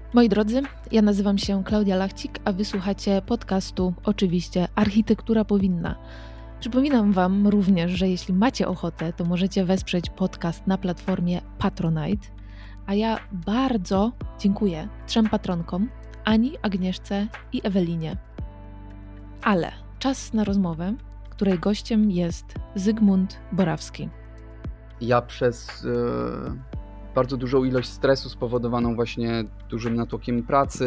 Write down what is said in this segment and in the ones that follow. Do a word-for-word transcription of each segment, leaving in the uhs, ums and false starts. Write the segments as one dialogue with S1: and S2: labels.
S1: Moi drodzy, ja nazywam się Klaudia Lachcik, a wysłuchacie podcastu oczywiście Architektura Powinna. Przypominam Wam również, że jeśli macie ochotę, to możecie wesprzeć podcast na platformie Patronite, a ja bardzo dziękuję trzem patronkom, Ani, Agnieszce i Ewelinie. Ale czas na rozmowę, której gościem jest Zygmunt Borawski.
S2: Ja przez y, bardzo dużą ilość stresu spowodowaną właśnie dużym natłokiem pracy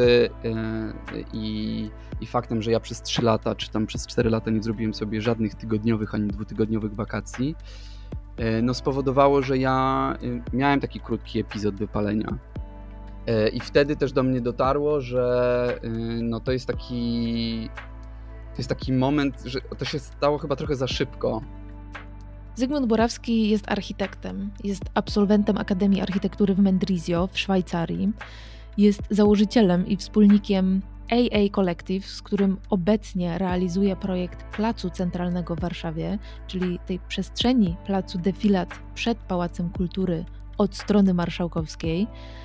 S2: y, i, i faktem, że ja przez trzy lata, czy tam przez cztery lata nie zrobiłem sobie żadnych tygodniowych ani dwutygodniowych wakacji, y, no spowodowało, że ja y, miałem taki krótki epizod wypalenia. Y, I wtedy też do mnie dotarło, że y, no to jest taki, to jest taki moment, że to się stało chyba trochę za szybko.
S1: Zygmunt Borawski jest architektem, jest absolwentem Akademii Architektury w Mendrisio w Szwajcarii, jest założycielem i wspólnikiem A A Collective, z którym obecnie realizuje projekt Placu Centralnego w Warszawie, czyli tej przestrzeni Placu Defilat przed Pałacem Kultury od strony marszałkowskiej.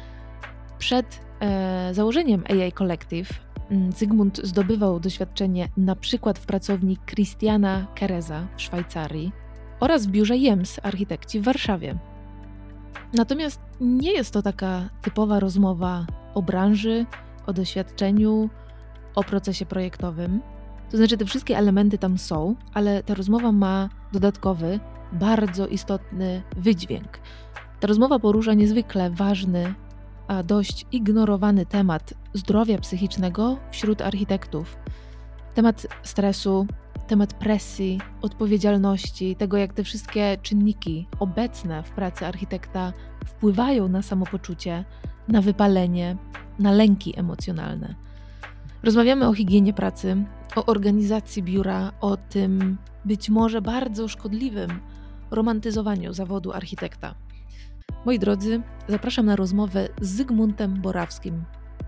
S1: Przed e, założeniem A A Collective Zygmunt zdobywał doświadczenie na przykład w pracowni Christiana Kereza w Szwajcarii oraz w biurze Jems Architekci w Warszawie. Natomiast nie jest to taka typowa rozmowa o branży, o doświadczeniu, o procesie projektowym. To znaczy te wszystkie elementy tam są, ale ta rozmowa ma dodatkowy, bardzo istotny wydźwięk. Ta rozmowa porusza niezwykle ważny, a dość ignorowany temat zdrowia psychicznego wśród architektów. Temat stresu, temat presji, odpowiedzialności, tego jak te wszystkie czynniki obecne w pracy architekta wpływają na samopoczucie, na wypalenie, na lęki emocjonalne. Rozmawiamy o higienie pracy, o organizacji biura, o tym być może bardzo szkodliwym romantyzowaniu zawodu architekta. Moi drodzy, zapraszam na rozmowę z Zygmuntem Borawskim.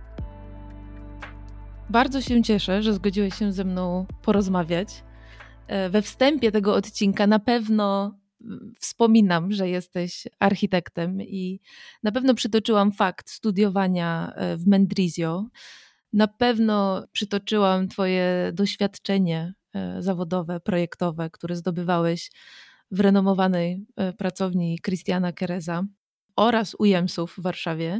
S1: Bardzo się cieszę, że zgodziłeś się ze mną porozmawiać. We wstępie tego odcinka na pewno wspominam, że jesteś architektem i na pewno przytoczyłam fakt studiowania w Mendrisio. Na pewno przytoczyłam twoje doświadczenie zawodowe, projektowe, które zdobywałeś w renomowanej pracowni Christiana Kereza oraz u Jemsów w Warszawie.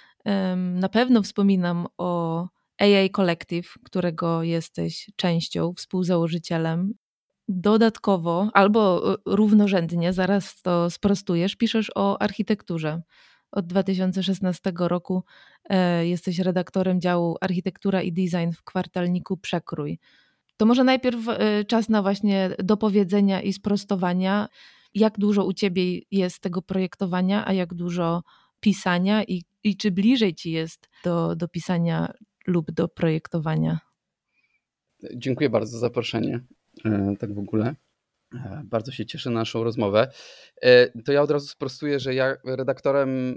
S1: Na pewno wspominam o A A Collective, którego jesteś częścią, współzałożycielem. Dodatkowo, albo równorzędnie, zaraz to sprostujesz, piszesz o architekturze. Od dwa tysiące szesnastego roku e, jesteś redaktorem działu Architektura i Design w kwartalniku Przekrój. To może najpierw e, czas na właśnie dopowiedzenia i sprostowania, jak dużo u ciebie jest tego projektowania, a jak dużo pisania i, i czy bliżej ci jest do, do pisania lub do projektowania.
S2: Dziękuję bardzo za zaproszenie, tak w ogóle. Bardzo się cieszę na naszą rozmowę. To ja od razu sprostuję, że ja redaktorem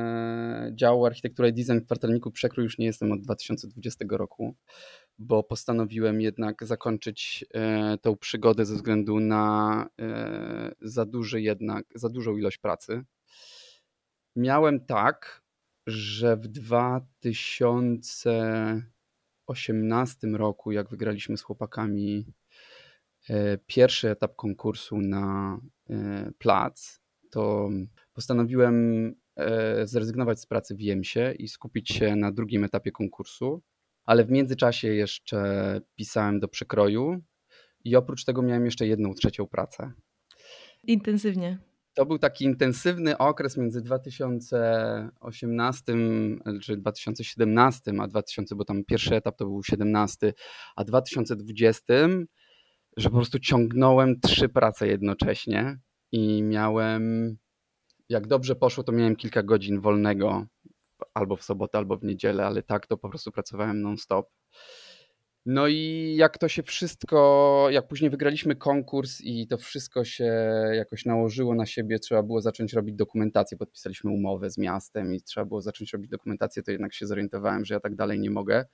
S2: działu Architektura i Design w kwartalniku Przekrój już nie jestem od dwa tysiące dwudziestego roku, bo postanowiłem jednak zakończyć tą przygodę ze względu na za duży jednak, za dużą ilość pracy. Miałem tak, że w dwa tysiące osiemnastym roku, jak wygraliśmy z chłopakami pierwszy etap konkursu na plac, to postanowiłem zrezygnować z pracy w Jemsie i skupić się na drugim etapie konkursu, ale w międzyczasie jeszcze pisałem do Przekroju i oprócz tego miałem jeszcze jedną trzecią pracę.
S1: Intensywnie.
S2: To był taki intensywny okres między dwa tysiące osiemnastym czy dwa tysiące siedemnastym, a dwa tysiące, bo tam pierwszy etap to był siedemnasty, a dwa tysiące dwudziestym, że po prostu ciągnąłem trzy prace jednocześnie i miałem, jak dobrze poszło, to miałem kilka godzin wolnego albo w sobotę, albo w niedzielę, ale tak to po prostu pracowałem non-stop. No i jak to się wszystko, jak później wygraliśmy konkurs i to wszystko się jakoś nałożyło na siebie, trzeba było zacząć robić dokumentację, podpisaliśmy umowę z miastem i trzeba było zacząć robić dokumentację, to jednak się zorientowałem, że ja tak dalej nie mogę,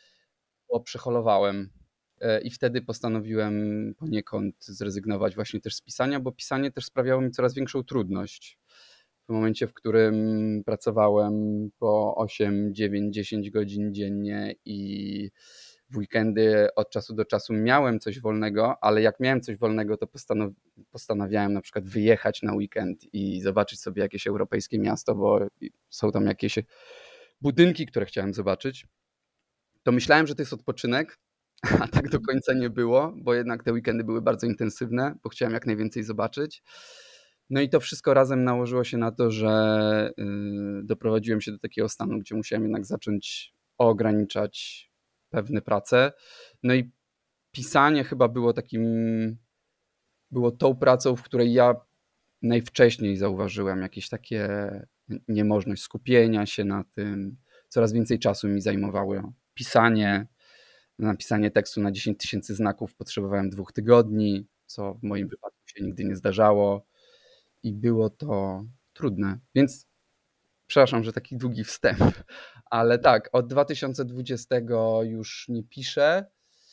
S2: bo przeholowałem. I wtedy postanowiłem poniekąd zrezygnować właśnie też z pisania, bo pisanie też sprawiało mi coraz większą trudność. w momencie, w którym pracowałem po osiem, dziewięć, dziesięć godzin dziennie i w weekendy od czasu do czasu miałem coś wolnego, ale jak miałem coś wolnego, to postanow- postanawiałem na przykład wyjechać na weekend i zobaczyć sobie jakieś europejskie miasto, bo są tam jakieś budynki, które chciałem zobaczyć. To myślałem, że to jest odpoczynek, a tak do końca nie było, bo jednak te weekendy były bardzo intensywne, bo chciałem jak najwięcej zobaczyć. No i to wszystko razem nałożyło się na to, że yy, doprowadziłem się do takiego stanu, gdzie musiałem jednak zacząć ograniczać pewne prace. No i pisanie chyba było takim, było tą pracą, w której ja najwcześniej zauważyłem jakieś takie niemożność skupienia się na tym. Coraz więcej czasu mi zajmowało pisanie. Na napisanie tekstu na dziesięć tysięcy znaków potrzebowałem dwóch tygodni, co w moim wypadku się nigdy nie zdarzało i było to trudne. Więc przepraszam, że taki długi wstęp, ale tak, od dwa tysiące dwudziestego już nie piszę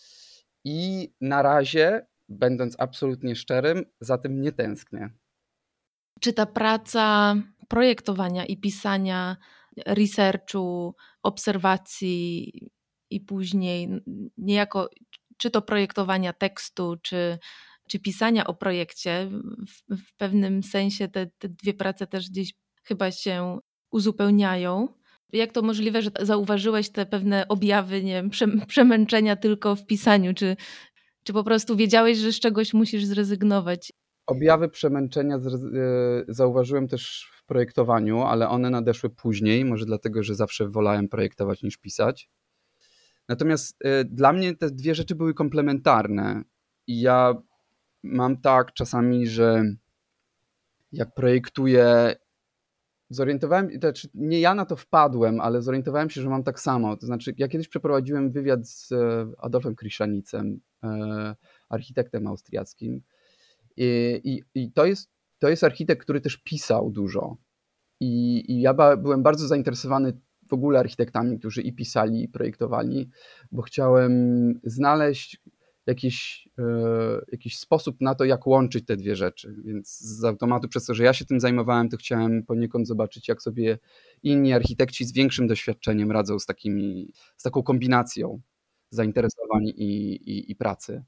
S2: i na razie, będąc absolutnie szczerym, za tym nie tęsknię.
S1: Czy ta praca projektowania i pisania, researchu, obserwacji i później niejako, czy to projektowania tekstu, czy, czy pisania o projekcie, w, w pewnym sensie te, te dwie prace też gdzieś chyba się uzupełniają? Jak to możliwe, że zauważyłeś te pewne objawy, nie wiem, przemęczenia tylko w pisaniu? Czy, czy po prostu wiedziałeś, że z czegoś musisz zrezygnować?
S2: Objawy przemęczenia zauważyłem też w projektowaniu, ale one nadeszły później, może dlatego, że zawsze wolałem projektować niż pisać. Natomiast dla mnie te dwie rzeczy były komplementarne i ja mam tak czasami, że jak projektuję, zorientowałem, to znaczy nie ja na to wpadłem, ale zorientowałem się, że mam tak samo. To znaczy, ja kiedyś przeprowadziłem wywiad z Adolfem Kriszanicem, architektem austriackim. I, i, i to, jest, to jest architekt, który też pisał dużo. I, i ja ba, byłem bardzo zainteresowany w ogóle architektami, którzy i pisali, i projektowali, bo chciałem znaleźć jakiś, e, jakiś sposób na to, jak łączyć te dwie rzeczy. Więc z automatu, przez to, że ja się tym zajmowałem, to chciałem poniekąd zobaczyć, jak sobie inni architekci z większym doświadczeniem radzą z, takimi, z taką kombinacją zainteresowań i, i, i pracy.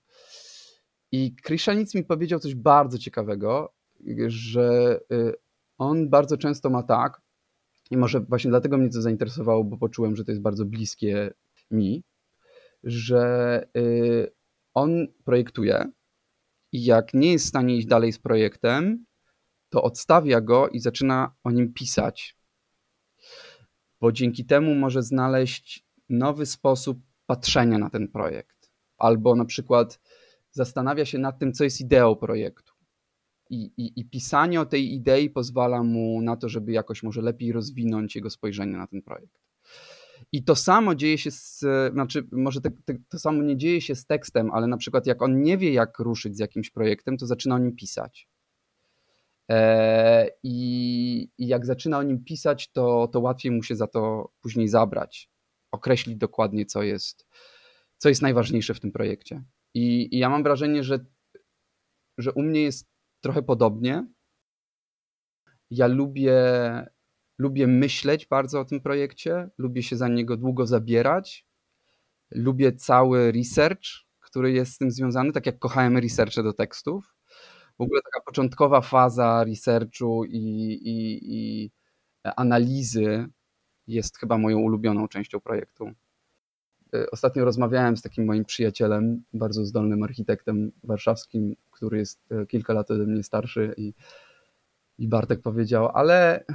S2: I Kriszanic mi powiedział coś bardzo ciekawego, że on bardzo często ma tak, i może właśnie dlatego mnie to zainteresowało, bo poczułem, że to jest bardzo bliskie mi, że on projektuje i jak nie jest w stanie iść dalej z projektem, to odstawia go i zaczyna o nim pisać, bo dzięki temu może znaleźć nowy sposób patrzenia na ten projekt. Albo na przykład zastanawia się nad tym, co jest ideą projektu. I, i, I pisanie o tej idei pozwala mu na to, żeby jakoś może lepiej rozwinąć jego spojrzenie na ten projekt. I to samo dzieje się z, znaczy może te, te, to samo nie dzieje się z tekstem, ale na przykład jak on nie wie, jak ruszyć z jakimś projektem, to zaczyna o nim pisać. E, i, I jak zaczyna o nim pisać, to, to łatwiej mu się za to później zabrać. Określić dokładnie, co jest, co jest najważniejsze w tym projekcie. I, i ja mam wrażenie, że, że u mnie jest trochę podobnie. Ja lubię, lubię myśleć bardzo o tym projekcie, lubię się za niego długo zabierać, lubię cały research, który jest z tym związany, tak jak kochałem researche do tekstów. W ogóle taka początkowa faza researchu i, i, i analizy jest chyba moją ulubioną częścią projektu. Ostatnio rozmawiałem z takim moim przyjacielem, bardzo zdolnym architektem warszawskim, który jest kilka lat ode mnie starszy i, i Bartek powiedział, ale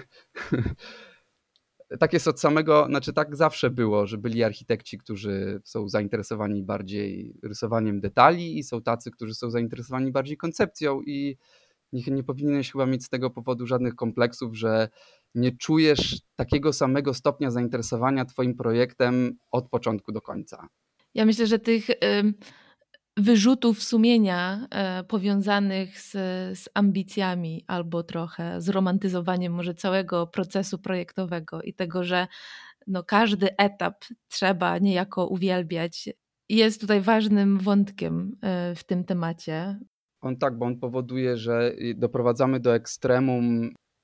S2: tak jest od samego, znaczy tak zawsze było, że byli architekci, którzy są zainteresowani bardziej rysowaniem detali i są tacy, którzy są zainteresowani bardziej koncepcją i nie, nie powinieneś chyba mieć z tego powodu żadnych kompleksów, że nie czujesz takiego samego stopnia zainteresowania twoim projektem od początku do końca.
S1: Ja myślę, że tych y, wyrzutów sumienia y, powiązanych z, z ambicjami albo trochę z romantyzowaniem może całego procesu projektowego i tego, że no, każdy etap trzeba niejako uwielbiać, jest tutaj ważnym wątkiem y, w tym temacie.
S2: On tak, bo on powoduje, że doprowadzamy do ekstremum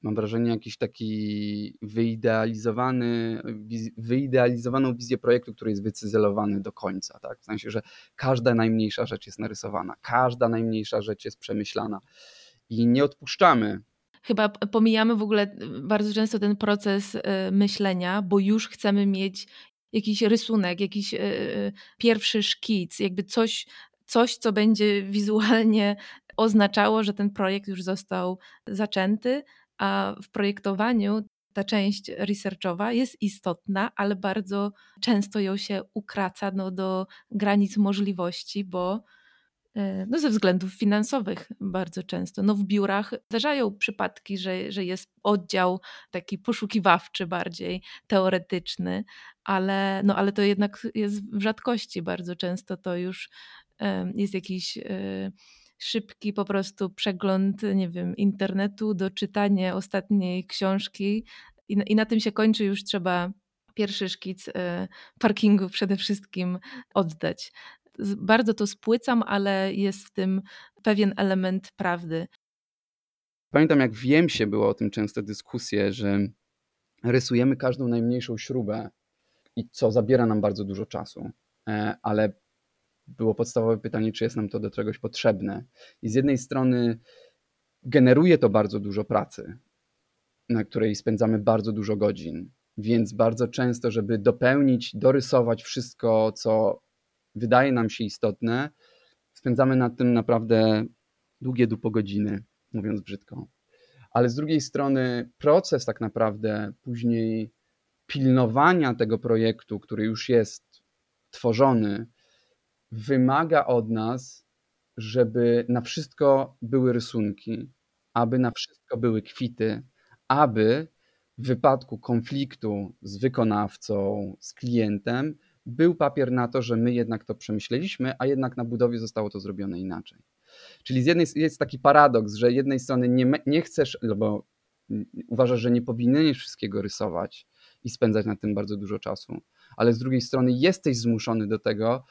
S2: mam wrażenie, jakiś taki wyidealizowany, wiz- wyidealizowaną wizję projektu, który jest wycyzelowany do końca, tak? W sensie, że każda najmniejsza rzecz jest narysowana, każda najmniejsza rzecz jest przemyślana i nie odpuszczamy.
S1: Chyba p- pomijamy w ogóle y, bardzo często ten proces y, myślenia, bo już chcemy mieć jakiś rysunek, jakiś y, y, pierwszy szkic, jakby coś, coś, co będzie wizualnie oznaczało, że ten projekt już został zaczęty, a w projektowaniu ta część researchowa jest istotna, ale bardzo często ją się ukraca no, do granic możliwości, bo E, no ze względów finansowych bardzo często. No w biurach zdarzają przypadki, że, że jest oddział taki poszukiwawczy bardziej, teoretyczny, ale, no, ale to jednak jest w rzadkości bardzo często to już e, jest jakiś e, szybki po prostu przegląd, nie wiem, internetu, doczytanie ostatniej książki i, na- i na tym się kończy, już trzeba pierwszy szkic e, parkingu przede wszystkim oddać. Z- Bardzo to spłycam, ale jest w tym pewien element prawdy.
S2: Pamiętam, jak w Jemsie były o tym częste dyskusje, że rysujemy każdą najmniejszą śrubę i co zabiera nam bardzo dużo czasu, E, ale było podstawowe pytanie, czy jest nam to do czegoś potrzebne. I z jednej strony generuje to bardzo dużo pracy, na której spędzamy bardzo dużo godzin, więc bardzo często, żeby dopełnić, dorysować wszystko, co wydaje nam się istotne, spędzamy nad tym naprawdę długie dupo godziny, mówiąc brzydko. Ale z drugiej strony proces tak naprawdę później pilnowania tego projektu, który już jest tworzony, wymaga od nas, żeby na wszystko były rysunki, aby na wszystko były kwity, aby w wypadku konfliktu z wykonawcą, z klientem, był papier na to, że my jednak to przemyśleliśmy, a jednak na budowie zostało to zrobione inaczej. Czyli z jednej jest taki paradoks, że z jednej strony nie, nie chcesz, albo uważasz, że nie powinieneś wszystkiego rysować i spędzać na tym bardzo dużo czasu, ale z drugiej strony jesteś zmuszony do tego,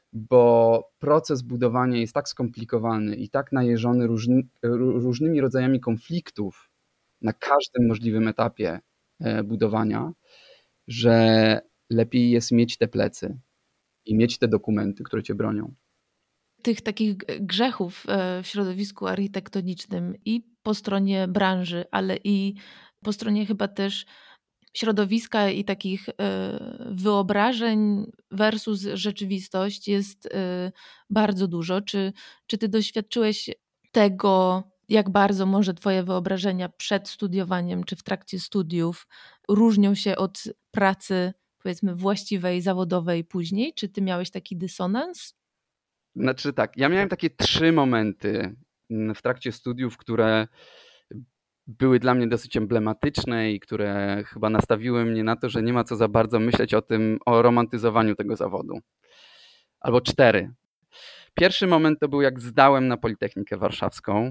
S2: bo proces budowania jest tak skomplikowany i tak najeżony różny, różnymi rodzajami konfliktów na każdym możliwym etapie budowania, że lepiej jest mieć te plecy i mieć te dokumenty, które cię bronią.
S1: Tych takich g- grzechów e, w środowisku architektonicznym i po stronie branży, ale i po stronie chyba też środowiska i takich e, wyobrażeń versus rzeczywistość jest e, bardzo dużo. Czy, czy ty doświadczyłeś tego, jak bardzo może twoje wyobrażenia przed studiowaniem czy w trakcie studiów różnią się od pracy, powiedzmy, właściwej, zawodowej później? Czy ty miałeś taki dysonans?
S2: Znaczy tak, ja miałem takie trzy momenty w trakcie studiów, które były dla mnie dosyć emblematyczne i które chyba nastawiły mnie na to, że nie ma co za bardzo myśleć o tym, o romantyzowaniu tego zawodu. Albo cztery. Pierwszy moment to był, jak zdałem na Politechnikę Warszawską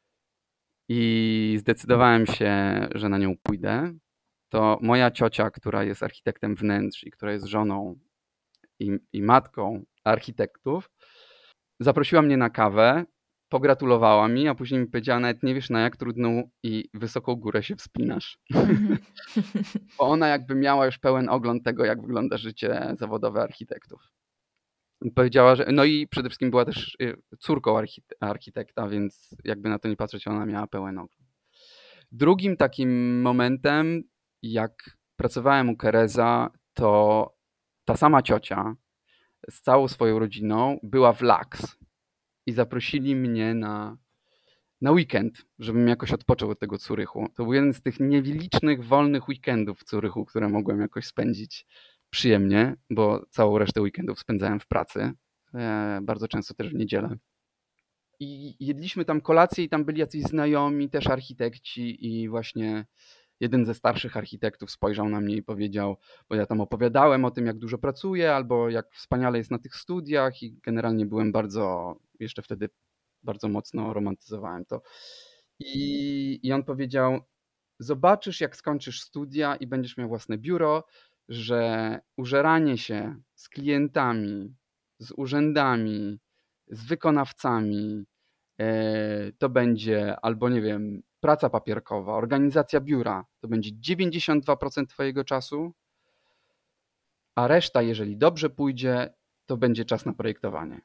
S2: i zdecydowałem się, że na nią pójdę. To moja ciocia, która jest architektem wnętrz i która jest żoną i, i matką architektów, zaprosiła mnie na kawę, pogratulowała mi, a później mi powiedziała, nawet nie wiesz, na jak trudną i wysoką górę się wspinasz.
S1: Mhm.
S2: Bo ona jakby miała już pełen ogląd tego, jak wygląda życie zawodowe architektów. I powiedziała, że no i przede wszystkim była też y, córką archite- architekta, więc jakby na to nie patrzeć, ona miała pełen ogląd. Drugim takim momentem, jak pracowałem u Kereza, to ta sama ciocia z całą swoją rodziną była w Laks i zaprosili mnie na, na weekend, żebym jakoś odpoczął od tego Curychu. To był jeden z tych nielicznych wolnych weekendów w Curychu, które mogłem jakoś spędzić przyjemnie, bo całą resztę weekendów spędzałem w pracy, e, bardzo często też w niedzielę. I jedliśmy tam kolację i tam byli jacyś znajomi, też architekci i właśnie jeden ze starszych architektów spojrzał na mnie i powiedział, bo ja tam opowiadałem o tym, jak dużo pracuję, albo jak wspaniale jest na tych studiach i generalnie byłem bardzo, jeszcze wtedy bardzo mocno romantyzowałem to. I, i on powiedział, zobaczysz, jak skończysz studia i będziesz miał własne biuro, że użeranie się z klientami, z urzędami, z wykonawcami, e, to będzie albo, nie wiem, praca papierkowa, organizacja biura to będzie dziewięćdziesiąt dwa procent twojego czasu, a reszta, jeżeli dobrze pójdzie, to będzie czas na projektowanie.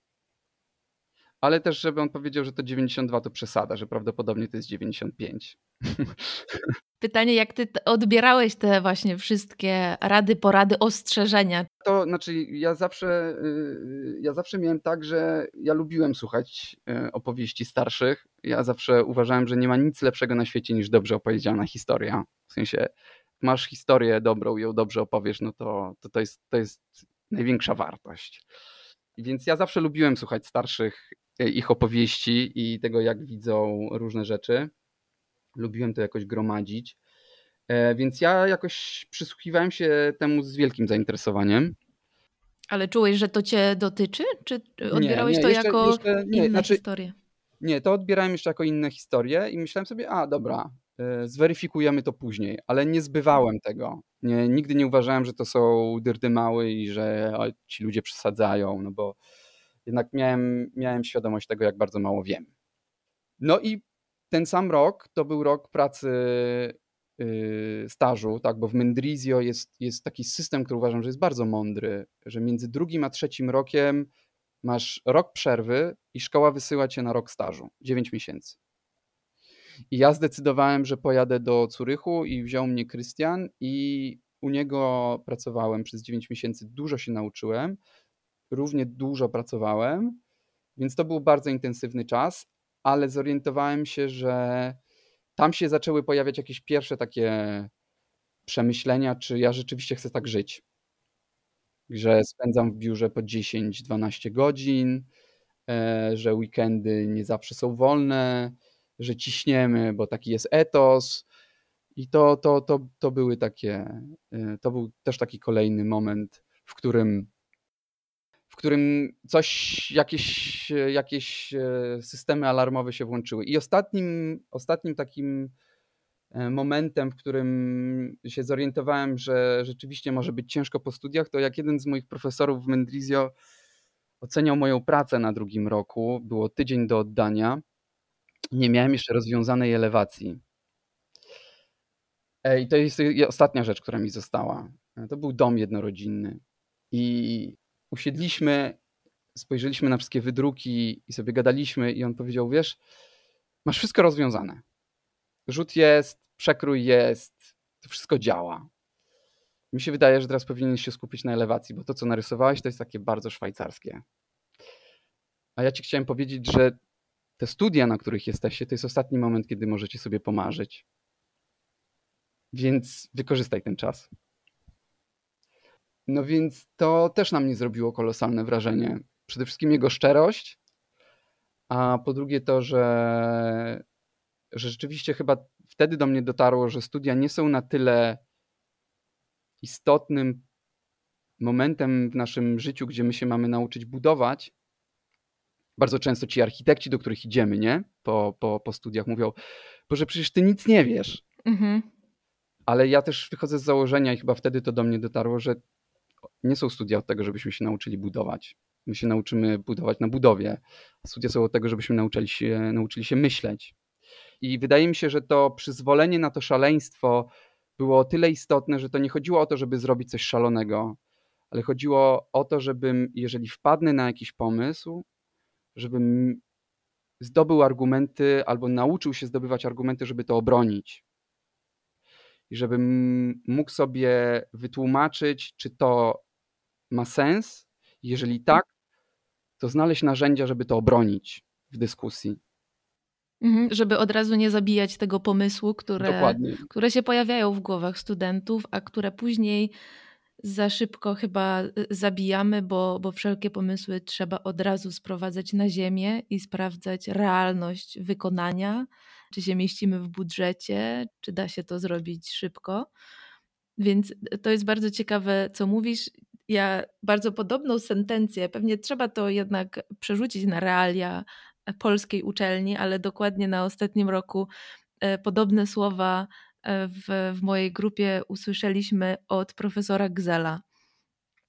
S2: Ale też, żeby on powiedział, że to dziewięćdziesiąt dwa to przesada, że prawdopodobnie to jest dziewięćdziesiąt pięć.
S1: Pytanie, jak ty odbierałeś te właśnie wszystkie rady, porady, ostrzeżenia?
S2: To znaczy, ja zawsze, ja zawsze miałem tak, że ja lubiłem słuchać opowieści starszych. Ja zawsze uważałem, że nie ma nic lepszego na świecie niż dobrze opowiedziana historia. W sensie, masz historię dobrą, ją dobrze opowiesz, no to to, to, jest, to jest największa wartość. Więc ja zawsze lubiłem słuchać starszych, ich opowieści i tego, jak widzą różne rzeczy. Lubiłem to jakoś gromadzić. Więc ja jakoś przysłuchiwałem się temu z wielkim zainteresowaniem.
S1: Ale czułeś, że to cię dotyczy? Czy odbierałeś
S2: nie, nie,
S1: to
S2: jeszcze,
S1: jako
S2: jeszcze, nie,
S1: inne
S2: znaczy,
S1: historie?
S2: Nie, to odbierałem jeszcze jako inne historie i myślałem sobie, a dobra, zweryfikujemy to później, ale nie zbywałem tego. Nie, nigdy nie uważałem, że to są dyrdymały i że o, ci ludzie przesadzają, no bo jednak miałem, miałem świadomość tego, jak bardzo mało wiem. No i ten sam rok to był rok pracy yy, stażu, tak, bo w Mendrisio jest, jest taki system, który uważam, że jest bardzo mądry, że między drugim a trzecim rokiem masz rok przerwy i szkoła wysyła cię na rok stażu, dziewięć miesięcy. I ja zdecydowałem, że pojadę do Zurychu i wziął mnie Krystian i u niego pracowałem przez dziewięć miesięcy, dużo się nauczyłem, równie dużo pracowałem, więc to był bardzo intensywny czas, ale zorientowałem się, że tam się zaczęły pojawiać jakieś pierwsze takie przemyślenia, czy ja rzeczywiście chcę tak żyć. Że spędzam w biurze po dziesięć dwanaście godzin, że weekendy nie zawsze są wolne, że ciśniemy, bo taki jest etos. I to, to, to, to były takie, to był też taki kolejny moment, w którym, w którym coś, jakieś, jakieś systemy alarmowe się włączyły. I ostatnim, ostatnim takim momentem, w którym się zorientowałem, że rzeczywiście może być ciężko po studiach, to jak jeden z moich profesorów w Mendrisio oceniał moją pracę na drugim roku, było tydzień do oddania, nie miałem jeszcze rozwiązanej elewacji. I to jest ostatnia rzecz, która mi została. To był dom jednorodzinny i usiedliśmy, spojrzeliśmy na wszystkie wydruki i sobie gadaliśmy i on powiedział, wiesz, masz wszystko rozwiązane. Rzut jest, przekrój jest, to wszystko działa. Mi się wydaje, że teraz powinieneś się skupić na elewacji, bo to, co narysowałeś, to jest takie bardzo szwajcarskie. A ja ci chciałem powiedzieć, że te studia, na których jesteście, to jest ostatni moment, kiedy możecie sobie pomarzyć. Więc wykorzystaj ten czas. No więc to też na mnie zrobiło kolosalne wrażenie. Przede wszystkim jego szczerość, a po drugie to, że, że rzeczywiście chyba wtedy do mnie dotarło, że studia nie są na tyle istotnym momentem w naszym życiu, gdzie my się mamy nauczyć budować. Bardzo często ci architekci, do których idziemy, nie? Po, po, po studiach mówią, Boże, przecież ty nic nie wiesz. Mhm. Ale ja też wychodzę z założenia i chyba wtedy to do mnie dotarło, że nie są studia od tego, żebyśmy się nauczyli budować. My się nauczymy budować na budowie. Studia są od tego, żebyśmy nauczyli się, nauczyli się myśleć. I wydaje mi się, że to przyzwolenie na to szaleństwo było o tyle istotne, że to nie chodziło o to, żeby zrobić coś szalonego, ale chodziło o to, żebym, jeżeli wpadnę na jakiś pomysł, żebym zdobył argumenty albo nauczył się zdobywać argumenty, żeby to obronić. I żebym mógł sobie wytłumaczyć, czy to ma sens. Jeżeli tak, to znaleźć narzędzia, żeby to obronić w dyskusji.
S1: Mhm, żeby od razu nie zabijać tego pomysłu, które, które się pojawiają w głowach studentów, a które później za szybko chyba zabijamy, bo, bo wszelkie pomysły trzeba od razu sprowadzać na ziemię i sprawdzać realność wykonania, czy się mieścimy w budżecie, czy da się to zrobić szybko. Więc to jest bardzo ciekawe, co mówisz. Ja bardzo podobną sentencję, pewnie trzeba to jednak przerzucić na realia polskiej uczelni, ale dokładnie na ostatnim roku podobne słowa w, w mojej grupie usłyszeliśmy od profesora Gzela.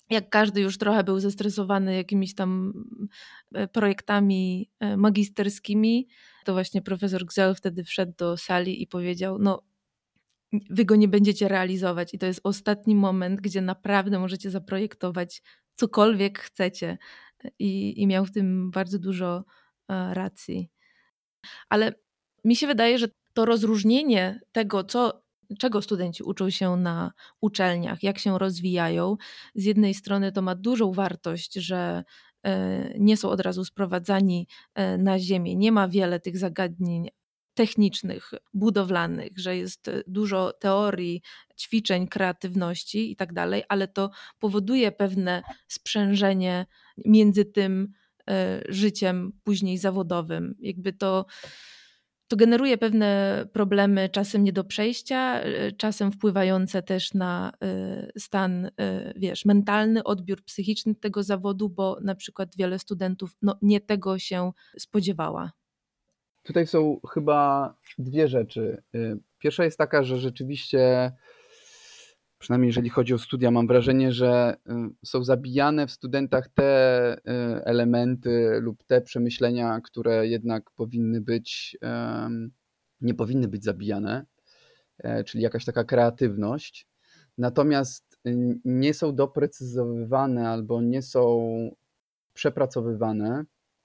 S1: jak każdy już trochę był zestresowany jakimiś tam projektami magisterskimi, to właśnie profesor Gzell wtedy wszedł do sali i powiedział, no wy go nie będziecie realizować i to jest ostatni moment, gdzie naprawdę możecie zaprojektować cokolwiek chcecie. I, i miał w tym bardzo dużo e, racji. Ale mi się wydaje, że to rozróżnienie tego, co, czego studenci uczą się na uczelniach, jak się rozwijają, z jednej strony to ma dużą wartość, że e, nie są od razu sprowadzani e, na ziemię, nie ma wiele tych zagadnień technicznych, budowlanych, że jest dużo teorii, ćwiczeń, kreatywności i tak dalej, ale to powoduje pewne sprzężenie między tym e, życiem później zawodowym. Jakby to, to generuje pewne problemy, czasem nie do przejścia, e, czasem wpływające też na e, stan, e, wiesz, mentalny, odbiór psychiczny tego zawodu, bo na przykład wiele studentów no, nie tego się spodziewała.
S2: Tutaj są chyba dwie rzeczy. Pierwsza jest taka, że rzeczywiście, przynajmniej jeżeli chodzi o studia, mam wrażenie, że są zabijane w studentach te elementy lub te przemyślenia, które jednak powinny być, nie powinny być zabijane, czyli jakaś taka kreatywność. Natomiast nie są doprecyzowywane albo nie są przepracowywane,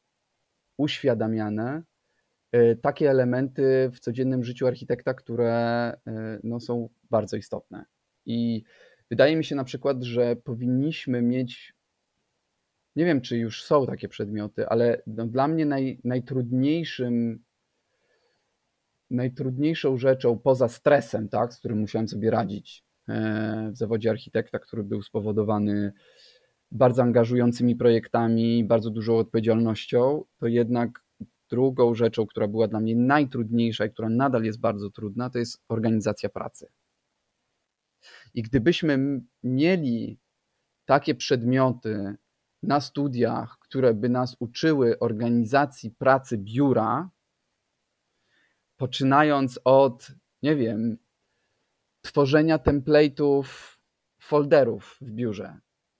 S2: uświadamiane takie elementy w codziennym życiu architekta, które no, są bardzo istotne. I wydaje mi się na przykład, że powinniśmy mieć, nie wiem czy już są takie przedmioty, ale no, dla mnie naj, najtrudniejszym, najtrudniejszą rzeczą poza stresem, tak, z którym musiałem sobie radzić w zawodzie architekta, który był spowodowany bardzo angażującymi projektami, bardzo dużą odpowiedzialnością, to jednak drugą rzeczą, która była dla mnie najtrudniejsza i która nadal jest bardzo trudna, to jest organizacja pracy. I gdybyśmy mieli takie przedmioty na studiach, które by nas uczyły organizacji pracy biura, poczynając od, nie wiem, tworzenia template'ów, folderów w biurze,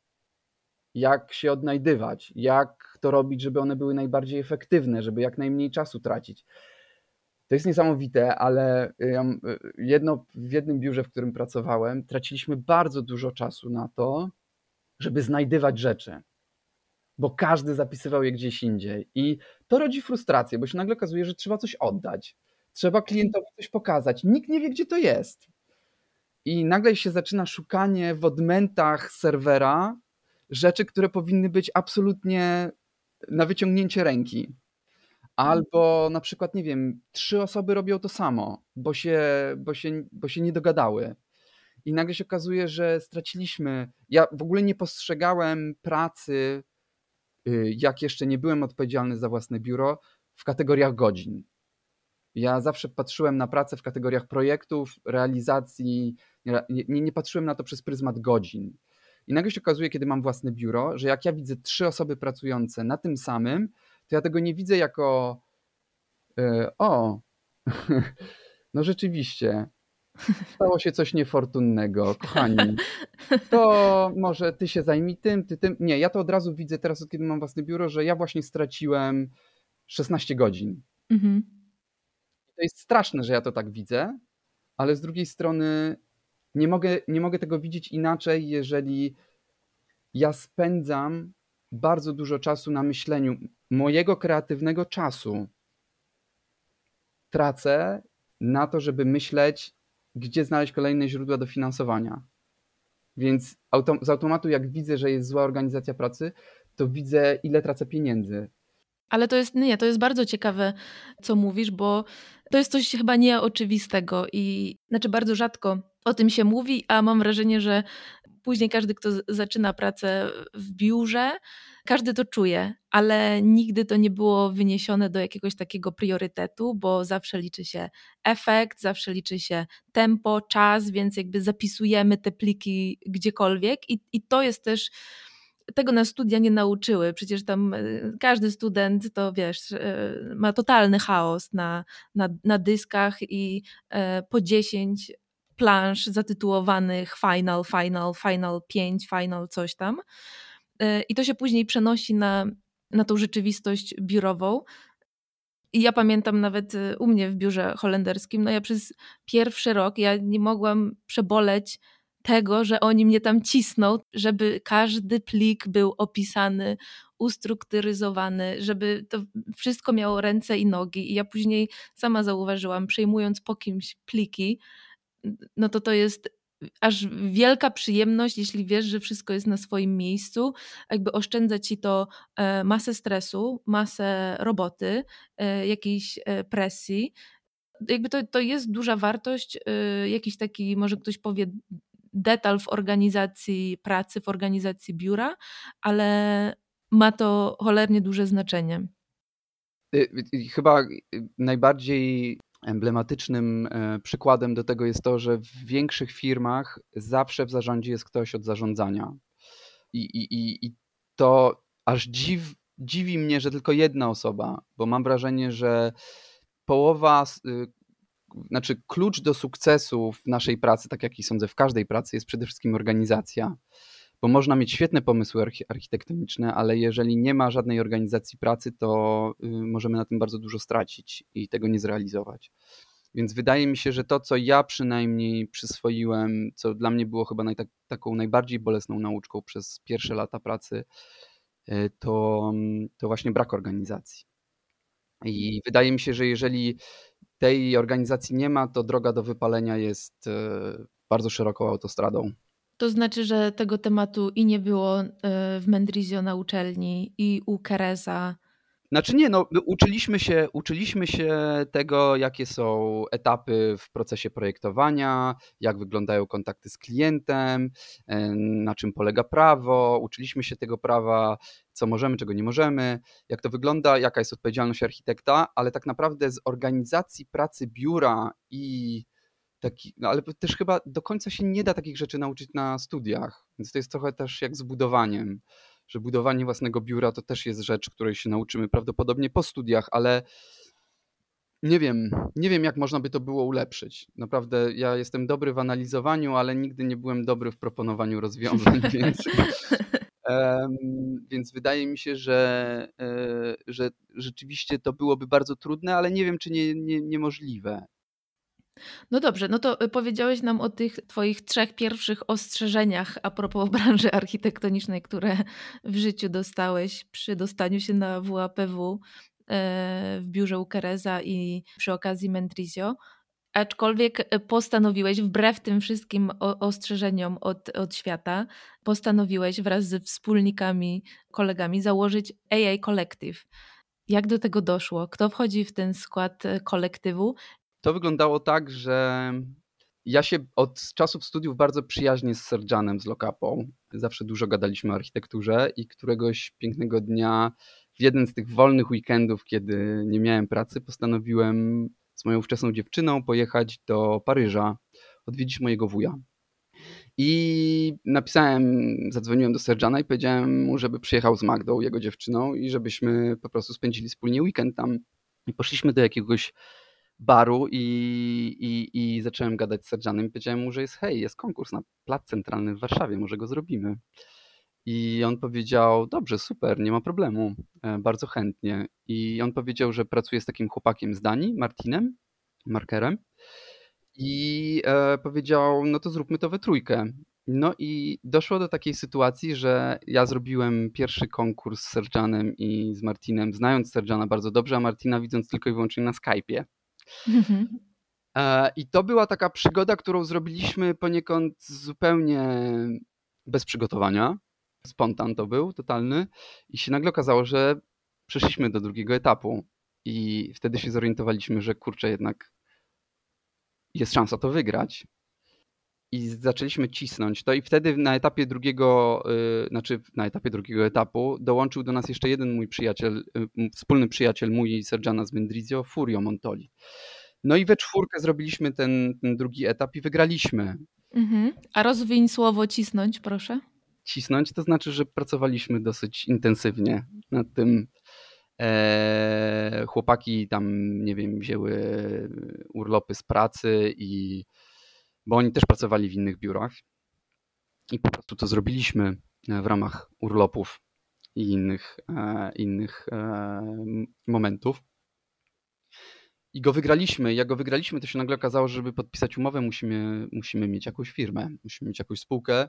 S2: jak się odnajdywać, jak to robić, żeby one były najbardziej efektywne, żeby jak najmniej czasu tracić. To jest niesamowite, ale jedno, w jednym biurze, w którym pracowałem, traciliśmy bardzo dużo czasu na to, żeby znajdywać rzeczy, bo każdy zapisywał je gdzieś indziej i to rodzi frustrację, bo się nagle okazuje, że trzeba coś oddać, trzeba klientowi coś pokazać, nikt nie wie, gdzie to jest. I nagle się zaczyna szukanie w odmętach serwera rzeczy, które powinny być absolutnie na wyciągnięcie ręki. Albo na przykład, nie wiem, trzy osoby robią to samo, bo się, bo się, bo się nie dogadały. I nagle się okazuje, że straciliśmy. Ja w ogóle nie postrzegałem pracy, jak jeszcze nie byłem odpowiedzialny za własne biuro, w kategoriach godzin. Ja zawsze patrzyłem na pracę w kategoriach projektów, realizacji, nie, nie, nie patrzyłem na to przez pryzmat godzin. I nagle się okazuje, kiedy mam własne biuro, że jak ja widzę trzy osoby pracujące na tym samym, to ja tego nie widzę jako o, no rzeczywiście, stało się coś niefortunnego, kochani. To może ty się zajmij tym, ty tym. Nie, ja to od razu widzę teraz, od kiedy mam własne biuro, że ja właśnie straciłem szesnaście godzin. Mhm. To jest straszne, że ja to tak widzę, ale z drugiej strony nie mogę, nie mogę tego widzieć inaczej, jeżeli ja spędzam bardzo dużo czasu na myśleniu, mojego kreatywnego czasu tracę na to, żeby myśleć, gdzie znaleźć kolejne źródła dofinansowania. Więc autom- z automatu jak widzę, że jest zła organizacja pracy, to widzę, ile tracę pieniędzy.
S1: Ale to jest, nie, to jest bardzo ciekawe, co mówisz, bo to jest coś chyba nieoczywistego i znaczy bardzo rzadko o tym się mówi, a mam wrażenie, że później każdy, kto zaczyna pracę w biurze, każdy to czuje, ale nigdy to nie było wyniesione do jakiegoś takiego priorytetu, bo zawsze liczy się efekt, zawsze liczy się tempo, czas, więc jakby zapisujemy te pliki gdziekolwiek i, i to jest też, tego nas studia nie nauczyły. Przecież tam każdy student to wiesz, ma totalny chaos na, na, na dyskach i po dziesięć plansz zatytułowanych Final, Final, Final pięć, Final coś tam. I to się później przenosi na, na tą rzeczywistość biurową. I ja pamiętam nawet u mnie w biurze holenderskim, no ja przez pierwszy rok ja nie mogłam przeboleć tego, że oni mnie tam cisną, żeby każdy plik był opisany, ustrukturyzowany, żeby to wszystko miało ręce i nogi. I ja później sama zauważyłam, przejmując po kimś pliki, no to to jest aż wielka przyjemność, jeśli wiesz, że wszystko jest na swoim miejscu. Jakby oszczędza ci to masę stresu, masę roboty, jakiejś presji. Jakby to, to jest duża wartość, jakiś taki, może ktoś powie, detal w organizacji pracy, w organizacji biura, ale ma to cholernie duże znaczenie.
S2: Chyba najbardziej emblematycznym przykładem do tego jest to, że w większych firmach zawsze w zarządzie jest ktoś od zarządzania. I, i, i to aż dziw, dziwi mnie, że tylko jedna osoba, bo mam wrażenie, że połowa, znaczy klucz do sukcesu w naszej pracy, tak jak i sądzę w każdej pracy, jest przede wszystkim organizacja. Bo można mieć świetne pomysły architektoniczne, ale jeżeli nie ma żadnej organizacji pracy, to możemy na tym bardzo dużo stracić i tego nie zrealizować. Więc wydaje mi się, że to, co ja przynajmniej przyswoiłem, co dla mnie było chyba naj, taką najbardziej bolesną nauczką przez pierwsze lata pracy, to, to właśnie brak organizacji. I wydaje mi się, że jeżeli tej organizacji nie ma, to droga do wypalenia jest bardzo szeroką autostradą.
S1: To znaczy, że tego tematu i nie było w Mendrisio na uczelni, i u Kereza.
S2: Znaczy nie, no uczyliśmy się, uczyliśmy się tego, jakie są etapy w procesie projektowania, jak wyglądają kontakty z klientem, na czym polega prawo, uczyliśmy się tego prawa, co możemy, czego nie możemy, jak to wygląda, jaka jest odpowiedzialność architekta, ale tak naprawdę z organizacji pracy biura i taki, no ale też chyba do końca się nie da takich rzeczy nauczyć na studiach, więc to jest trochę też jak z budowaniem, że budowanie własnego biura to też jest rzecz, której się nauczymy prawdopodobnie po studiach, ale nie wiem, nie wiem jak można by to było ulepszyć. Naprawdę ja jestem dobry w analizowaniu, ale nigdy nie byłem dobry w proponowaniu rozwiązań, więc, um, więc wydaje mi się, że, że rzeczywiście to byłoby bardzo trudne, ale nie wiem, czy nie, nie, niemożliwe.
S1: No dobrze, no to powiedziałeś nam o tych twoich trzech pierwszych ostrzeżeniach a propos branży architektonicznej, które w życiu dostałeś przy dostaniu się na W A P W w biurze u Kereza i przy okazji Mendrisio. Aczkolwiek postanowiłeś, wbrew tym wszystkim ostrzeżeniom od, od świata, postanowiłeś wraz ze wspólnikami, kolegami założyć A A Collective. Jak do tego doszło? Kto wchodzi w ten skład kolektywu?
S2: To wyglądało tak, że ja się od czasów studiów bardzo przyjaźnię z Sergianem, z Lokapą. Zawsze dużo gadaliśmy o architekturze i któregoś pięknego dnia w jeden z tych wolnych weekendów, kiedy nie miałem pracy, postanowiłem z moją ówczesną dziewczyną pojechać do Paryża, odwiedzić mojego wuja. I napisałem, zadzwoniłem do Sergiana i powiedziałem mu, żeby przyjechał z Magdą, jego dziewczyną, i żebyśmy po prostu spędzili wspólnie weekend tam. I poszliśmy do jakiegoś baru i, i, i zacząłem gadać z Sergianem i powiedziałem mu, że jest hej, jest konkurs na Plac Centralny w Warszawie, może go zrobimy. I on powiedział, dobrze, super, nie ma problemu, bardzo chętnie. I on powiedział, że pracuje z takim chłopakiem z Danii, Martinem, Markerem, i e, powiedział, no to zróbmy to we trójkę. No i doszło do takiej sytuacji, że ja zrobiłem pierwszy konkurs z Sergianem i z Martinem, znając Sergiana bardzo dobrze, a Martina widząc tylko i wyłącznie na Skype'ie. Mhm. I to była taka przygoda, którą zrobiliśmy poniekąd zupełnie bez przygotowania. Spontan to był, totalny. I się nagle okazało, że przeszliśmy do drugiego etapu. I wtedy się zorientowaliśmy, że kurczę, jednak jest szansa to wygrać. I zaczęliśmy cisnąć to i wtedy na etapie drugiego, yy, znaczy na etapie drugiego etapu dołączył do nas jeszcze jeden mój przyjaciel, yy, wspólny przyjaciel mój i Sergiana z Mendrisio, Furio Montoli. No i we czwórkę zrobiliśmy ten, ten drugi etap i wygraliśmy.
S1: Mhm. A rozwiń słowo cisnąć, proszę.
S2: Cisnąć to znaczy, że pracowaliśmy dosyć intensywnie nad tym. Eee, chłopaki tam, nie wiem, wzięły urlopy z pracy i bo oni też pracowali w innych biurach i po prostu to zrobiliśmy w ramach urlopów i innych, e, innych e, momentów. I go wygraliśmy. Jak go wygraliśmy, to się nagle okazało, że żeby podpisać umowę, musimy, musimy mieć jakąś firmę, musimy mieć jakąś spółkę.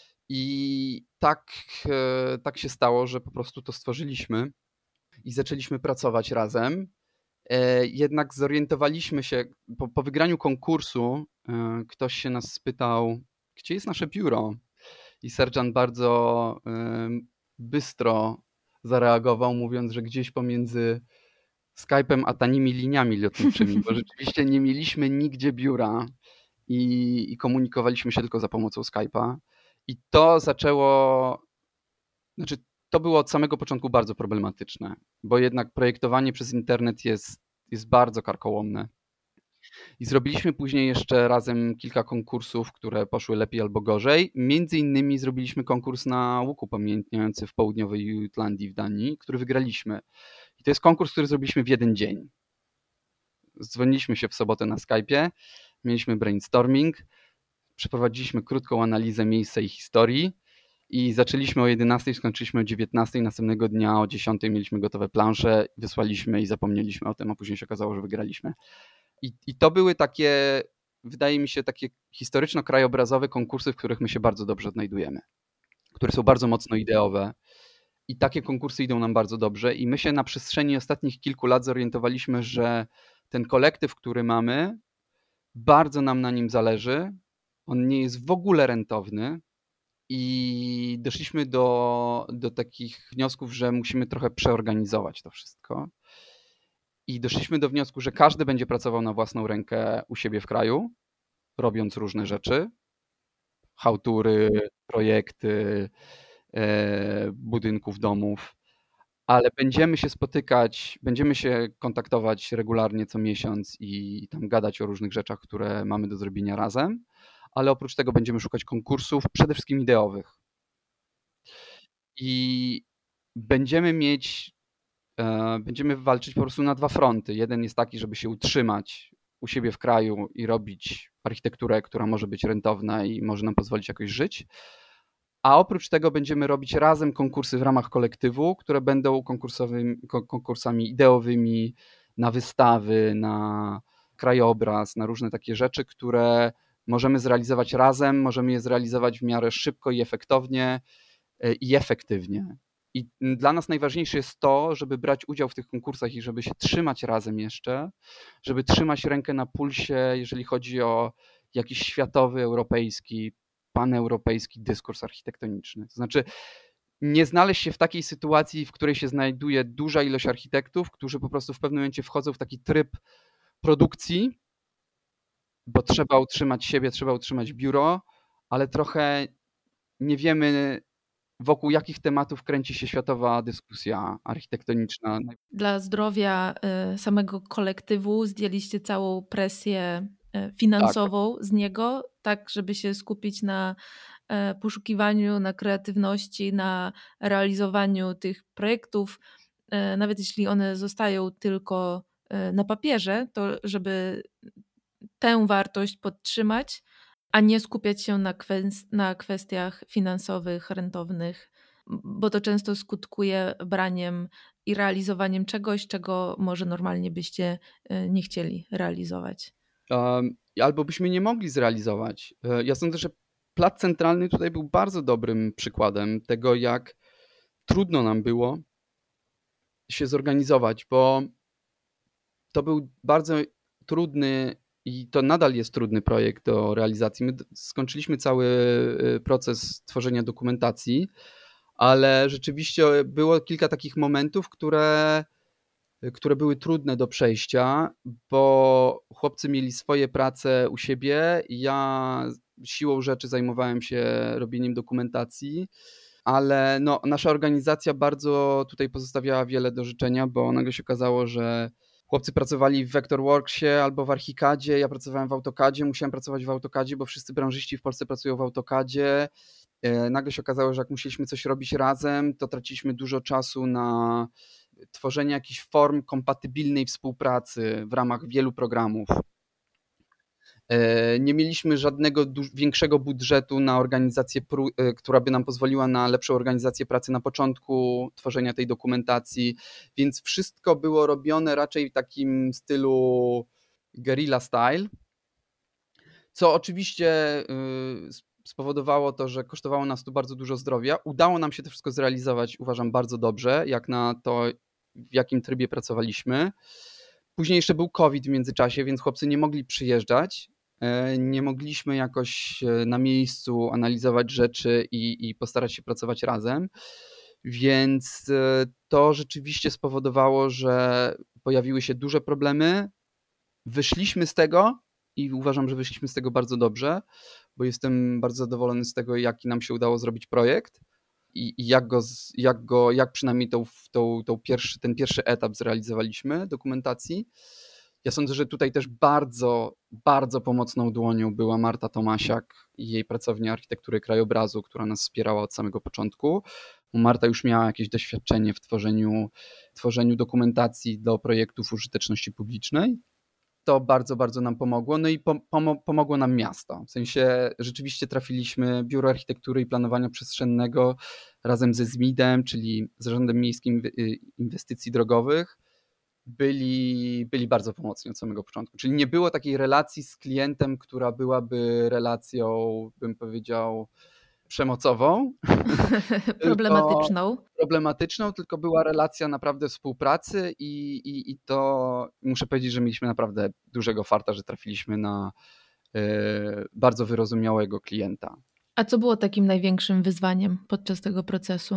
S2: I tak, e, tak się stało, że po prostu to stworzyliśmy i zaczęliśmy pracować razem. E, Jednak zorientowaliśmy się, po, po wygraniu konkursu, e, ktoś się nas spytał, gdzie jest nasze biuro? I Sergeant bardzo e, bystro zareagował, mówiąc, że gdzieś pomiędzy Skype'em a tanimi liniami lotniczymi, bo rzeczywiście nie mieliśmy nigdzie biura i, i komunikowaliśmy się tylko za pomocą Skype'a. I to zaczęło, znaczy to było od samego początku bardzo problematyczne, bo jednak projektowanie przez internet jest, jest bardzo karkołomne. I zrobiliśmy później jeszcze razem kilka konkursów, które poszły lepiej albo gorzej. Między innymi zrobiliśmy konkurs na łuku pamiętniający w południowej Jutlandii w Danii, który wygraliśmy. I to jest konkurs, który zrobiliśmy w jeden dzień. Dzwoniliśmy się w sobotę na Skype'ie, mieliśmy brainstorming, przeprowadziliśmy krótką analizę miejsca i historii i zaczęliśmy o jedenastej, skończyliśmy o dziewiętnastej, następnego dnia o dziesiątej mieliśmy gotowe plansze, wysłaliśmy i zapomnieliśmy o tym, a później się okazało, że wygraliśmy. I, i to były takie, wydaje mi się, takie historyczno-krajobrazowe konkursy, w których my się bardzo dobrze odnajdujemy, które są bardzo mocno ideowe. I takie konkursy idą nam bardzo dobrze i my się na przestrzeni ostatnich kilku lat zorientowaliśmy, że ten kolektyw, który mamy, bardzo nam na nim zależy. On nie jest w ogóle rentowny i doszliśmy do, do takich wniosków, że musimy trochę przeorganizować to wszystko. I doszliśmy do wniosku, że każdy będzie pracował na własną rękę u siebie w kraju, robiąc różne rzeczy, chałtury, projekty, e, budynków, domów, ale będziemy się spotykać, będziemy się kontaktować regularnie co miesiąc i tam gadać o różnych rzeczach, które mamy do zrobienia razem, ale oprócz tego będziemy szukać konkursów, przede wszystkim ideowych. I będziemy mieć, e, będziemy walczyć po prostu na dwa fronty. Jeden jest taki, żeby się utrzymać u siebie w kraju i robić architekturę, która może być rentowna i może nam pozwolić jakoś żyć. A oprócz tego będziemy robić razem konkursy w ramach kolektywu, które będą konkursowymi, konkursami ideowymi na wystawy, na krajobraz, na różne takie rzeczy, które możemy zrealizować razem, możemy je zrealizować w miarę szybko i efektownie i efektywnie. I dla nas najważniejsze jest to, żeby brać udział w tych konkursach i żeby się trzymać razem jeszcze, żeby trzymać rękę na pulsie, jeżeli chodzi o jakiś światowy, europejski, paneuropejski dyskurs architektoniczny. To znaczy nie znaleźć się w takiej sytuacji, w której się znajduje duża ilość architektów, którzy po prostu w pewnym momencie wchodzą w taki tryb produkcji, bo trzeba utrzymać siebie, trzeba utrzymać biuro, ale trochę nie wiemy, wokół jakich tematów kręci się światowa dyskusja architektoniczna.
S1: Dla zdrowia y, samego kolektywu zdjęliście całą presję y, finansową tak. z niego, tak żeby się skupić na y, poszukiwaniu, na kreatywności, na realizowaniu tych projektów, y, nawet jeśli one zostają tylko y, na papierze, to żeby tę wartość podtrzymać, a nie skupiać się na, kwest- na kwestiach finansowych, rentownych, bo to często skutkuje braniem i realizowaniem czegoś, czego może normalnie byście nie chcieli realizować.
S2: Um, albo byśmy nie mogli zrealizować. Ja sądzę, że Plac Centralny tutaj był bardzo dobrym przykładem tego, jak trudno nam było się zorganizować, bo to był bardzo trudny i to nadal jest trudny projekt do realizacji. My skończyliśmy cały proces tworzenia dokumentacji, ale rzeczywiście było kilka takich momentów, które, które były trudne do przejścia, bo chłopcy mieli swoje prace u siebie, ja siłą rzeczy zajmowałem się robieniem dokumentacji, ale no, nasza organizacja bardzo tutaj pozostawiała wiele do życzenia, bo nagle się okazało, że chłopcy pracowali w Vectorworksie albo w Archicadzie, ja pracowałem w AutoCadzie, musiałem pracować w AutoCadzie, bo wszyscy branżyści w Polsce pracują w AutoCadzie. Nagle się okazało, że jak musieliśmy coś robić razem, to traciliśmy dużo czasu na tworzenie jakichś form kompatybilnej współpracy w ramach wielu programów. E, Nie mieliśmy żadnego duż, większego budżetu na organizację, pró- e, która by nam pozwoliła na lepszą organizację pracy na początku tworzenia tej dokumentacji, więc wszystko było robione raczej w takim stylu guerrilla style, co oczywiście y, spowodowało to, że kosztowało nas tu bardzo dużo zdrowia. Udało nam się to wszystko zrealizować, uważam, bardzo dobrze, jak na to, w jakim trybie pracowaliśmy. Później jeszcze był COVID w międzyczasie, więc chłopcy nie mogli przyjeżdżać. E, Nie mogliśmy jakoś e, na miejscu analizować rzeczy i, i postarać się pracować razem. Więc e, to rzeczywiście spowodowało, że pojawiły się duże problemy. Wyszliśmy z tego i uważam, że wyszliśmy z tego bardzo dobrze, bo jestem bardzo zadowolony z tego, jaki nam się udało zrobić projekt i, i jak go, z- jak go, jak przynajmniej tą, tą, tą pierwszy, ten pierwszy etap zrealizowaliśmy dokumentacji. Ja sądzę, że tutaj też bardzo, bardzo pomocną dłonią była Marta Tomasiak i jej pracownia architektury krajobrazu, która nas wspierała od samego początku. Marta już miała jakieś doświadczenie w tworzeniu, tworzeniu dokumentacji do projektów użyteczności publicznej. To bardzo, bardzo nam pomogło. No i pom- pomo- pomogło nam miasto. W sensie rzeczywiście trafiliśmy, Biuro Architektury i Planowania Przestrzennego razem ze zmidem, czyli Zarządem Miejskim Inwe- y, Inwestycji Drogowych, byli, byli bardzo pomocni od samego początku. Czyli nie było takiej relacji z klientem, która byłaby relacją, bym powiedział, przemocową, tylko
S1: Problematyczną.
S2: problematyczną, tylko była relacja naprawdę współpracy i, i, i to muszę powiedzieć, że mieliśmy naprawdę dużego farta, że trafiliśmy na e, bardzo wyrozumiałego klienta.
S1: A co było takim największym wyzwaniem podczas tego procesu?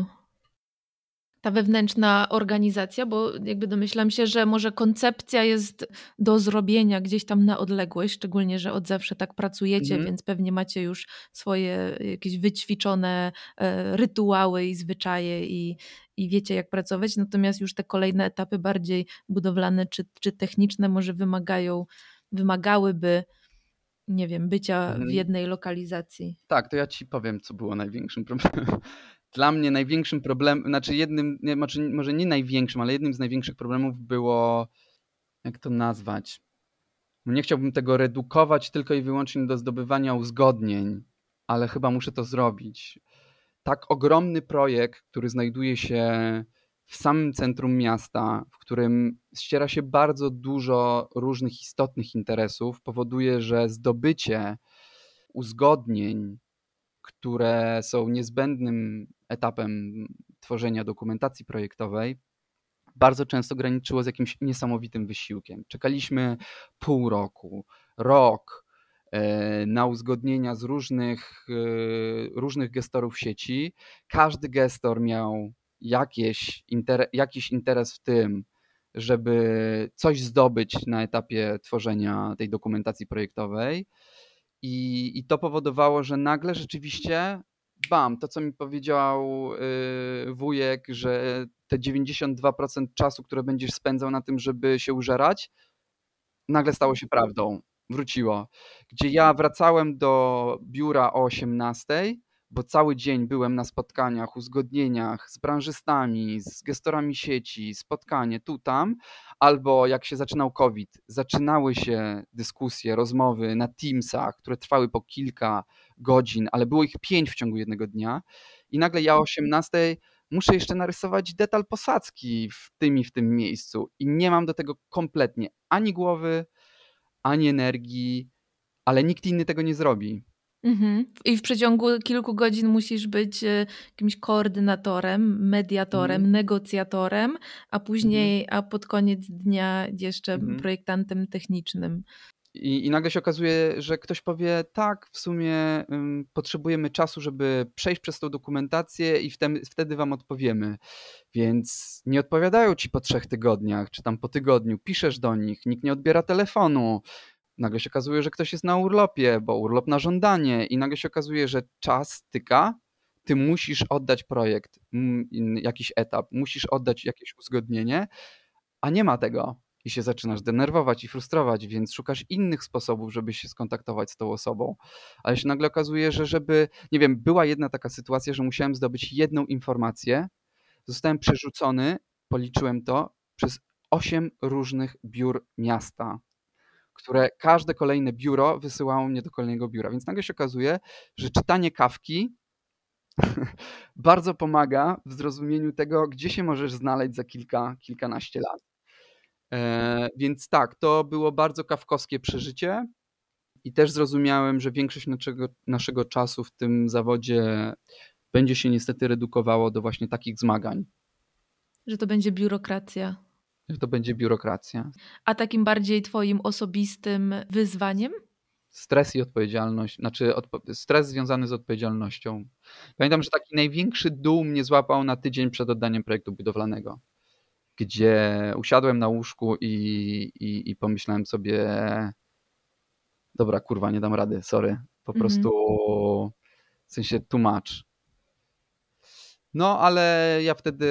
S1: Ta wewnętrzna organizacja, bo jakby domyślam się, że może koncepcja jest do zrobienia gdzieś tam na odległość, szczególnie, że od zawsze tak pracujecie,
S2: Mhm.
S1: więc pewnie macie już swoje jakieś wyćwiczone e, rytuały i zwyczaje i, i wiecie, jak pracować. Natomiast już te kolejne etapy bardziej budowlane czy, czy techniczne może wymagają, wymagałyby, nie wiem, bycia w
S2: Mhm.
S1: jednej lokalizacji.
S2: Tak, to ja ci powiem, co było największym problemem. Dla mnie największym problemem, znaczy jednym, nie, może, może nie największym, ale jednym z największych problemów było, jak to nazwać? No nie chciałbym tego redukować tylko i wyłącznie do zdobywania uzgodnień, ale chyba muszę to zrobić. Tak ogromny projekt, który znajduje się w samym centrum miasta, w którym ściera się bardzo dużo różnych istotnych interesów, powoduje, że zdobycie uzgodnień, które są niezbędnym etapem tworzenia dokumentacji projektowej, bardzo często graniczyło z jakimś niesamowitym wysiłkiem. Czekaliśmy pół roku, rok e, na uzgodnienia z różnych, e, różnych gestorów sieci. Każdy gestor miał jakieś inter, jakiś interes w tym, żeby coś zdobyć na etapie tworzenia tej dokumentacji projektowej. I, I to powodowało, że nagle rzeczywiście, bam, to co mi powiedział y, wujek, że te dziewięćdziesiąt dwa procent czasu, które będziesz spędzał na tym, żeby się użerać, nagle stało się prawdą. Wróciło. Gdzie ja wracałem do biura o osiemnastej, bo cały dzień byłem na spotkaniach, uzgodnieniach z branżystami, z gestorami sieci, spotkanie tu, tam, albo jak się zaczynał COVID, zaczynały się dyskusje, rozmowy na Teamsach, które trwały po kilka godzin, ale było ich pięć w ciągu jednego dnia i nagle ja o osiemnastej muszę jeszcze narysować detal posadzki w tym i w tym miejscu i nie mam do tego kompletnie ani głowy, ani energii, ale nikt inny tego nie zrobi.
S1: Mhm. I w przeciągu kilku godzin musisz być e, jakimś koordynatorem, mediatorem,
S2: Mhm,
S1: negocjatorem, a
S2: mhm,
S1: później, a pod koniec dnia jeszcze
S2: mhm.
S1: projektantem technicznym.
S2: I, I nagle się okazuje, że ktoś powie, tak, w sumie ym, potrzebujemy czasu, żeby przejść przez tą dokumentację i wtedy, wtedy wam odpowiemy. Więc nie odpowiadają ci po trzech tygodniach, czy tam po tygodniu, piszesz do nich, nikt nie odbiera telefonu. Nagle się okazuje, że ktoś jest na urlopie, bo urlop na żądanie i nagle się okazuje, że czas tyka, ty musisz oddać projekt, mm, in- jakiś etap, musisz oddać jakieś uzgodnienie, a nie ma tego. I się zaczynasz denerwować i frustrować, więc szukasz innych sposobów, żeby się skontaktować z tą osobą. Ale się nagle okazuje, że żeby, nie wiem, była jedna taka sytuacja, że musiałem zdobyć jedną informację, zostałem przerzucony, policzyłem to, przez osiem różnych biur miasta, które każde kolejne biuro wysyłało mnie do kolejnego biura. Więc nagle się okazuje, że czytanie Kafki bardzo pomaga w zrozumieniu tego, gdzie się możesz znaleźć za kilka, kilkanaście lat. E, więc tak, to było bardzo kafkowskie przeżycie i też zrozumiałem, że większość naszego, naszego czasu w tym zawodzie będzie się niestety redukowało do właśnie takich zmagań.
S1: Że to będzie biurokracja.
S2: Że to będzie biurokracja.
S1: A takim bardziej twoim osobistym wyzwaniem?
S2: Stres i odpowiedzialność, znaczy odpo- stres związany z odpowiedzialnością. Pamiętam, że taki największy dół mnie złapał na tydzień przed oddaniem projektu budowlanego, gdzie usiadłem na łóżku i, i, i pomyślałem sobie, dobra, kurwa, nie dam rady, sorry, po
S1: Mhm.
S2: prostu w sensie too much. No, ale ja wtedy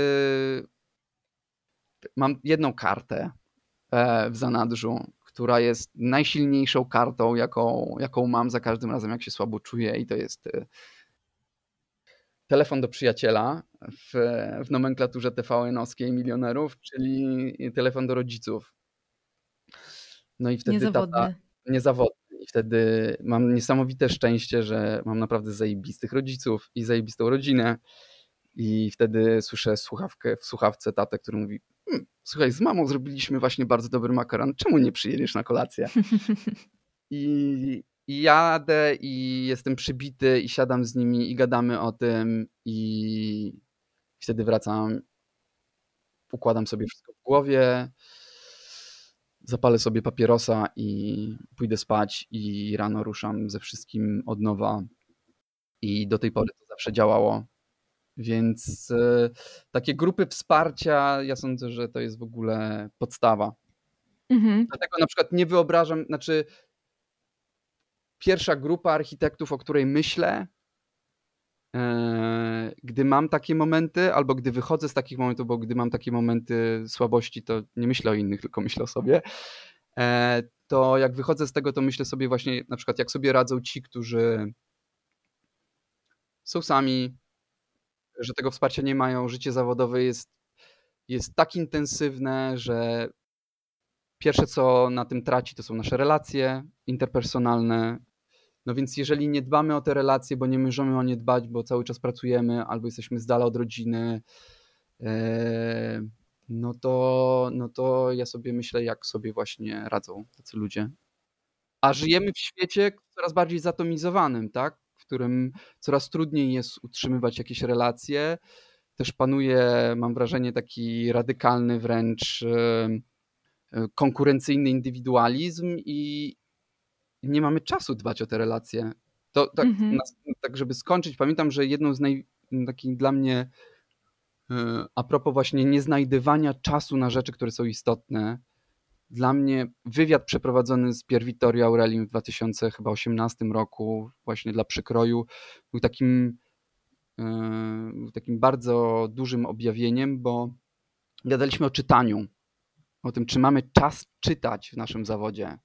S2: mam jedną kartę e, w zanadrzu, która jest najsilniejszą kartą, jaką, jaką mam za każdym razem, jak się słabo czuję, i to jest e, telefon do przyjaciela w, w nomenklaturze T V N-owskiej milionerów, czyli telefon do rodziców. No i wtedy tata
S1: Niezawodny.
S2: niezawodny. I wtedy mam niesamowite szczęście, że mam naprawdę zajebistych rodziców i zajebistą rodzinę. I wtedy słyszę słuchawkę, w słuchawce tatę, który mówi: hm, słuchaj, z mamą zrobiliśmy właśnie bardzo dobry makaron, czemu nie przyjedziesz na kolację? I, I jadę i jestem przybity i siadam z nimi i gadamy o tym i wtedy wracam, układam sobie wszystko w głowie, zapalę sobie papierosa i pójdę spać i rano ruszam ze wszystkim od nowa i do tej pory to zawsze działało. Więc e, takie grupy wsparcia, ja sądzę, że to jest w ogóle podstawa.
S1: Mhm.
S2: Dlatego na przykład nie wyobrażam, znaczy pierwsza grupa architektów, o której myślę, e, gdy mam takie momenty, albo gdy wychodzę z takich momentów, bo gdy mam takie momenty słabości, to nie myślę o innych, tylko myślę o sobie, e, to jak wychodzę z tego, to myślę sobie właśnie na przykład, jak sobie radzą ci, którzy są sami, że tego wsparcia nie mają, życie zawodowe jest, jest tak intensywne, że pierwsze, co na tym traci, to są nasze relacje interpersonalne. No więc jeżeli nie dbamy o te relacje, bo nie możemy o nie dbać, bo cały czas pracujemy albo jesteśmy z dala od rodziny, e, no to, no to ja sobie myślę, jak sobie właśnie radzą tacy ludzie. A żyjemy w świecie coraz bardziej zatomizowanym, tak? W którym coraz trudniej jest utrzymywać jakieś relacje. Też panuje, mam wrażenie, taki radykalny wręcz e, konkurencyjny indywidualizm i nie mamy czasu dbać o te relacje. To tak,
S1: Mhm.
S2: nas- tak żeby skończyć, pamiętam, że jedną z naj, takich dla mnie e, a propos właśnie nieznajdywania czasu na rzeczy, które są istotne, dla mnie wywiad przeprowadzony z Pier Vittorio Aurelim w dwa tysiące osiemnastym roku właśnie dla Przykroju był takim, e, był takim bardzo dużym objawieniem, bo gadaliśmy o czytaniu, o tym, czy mamy czas czytać w naszym zawodzie.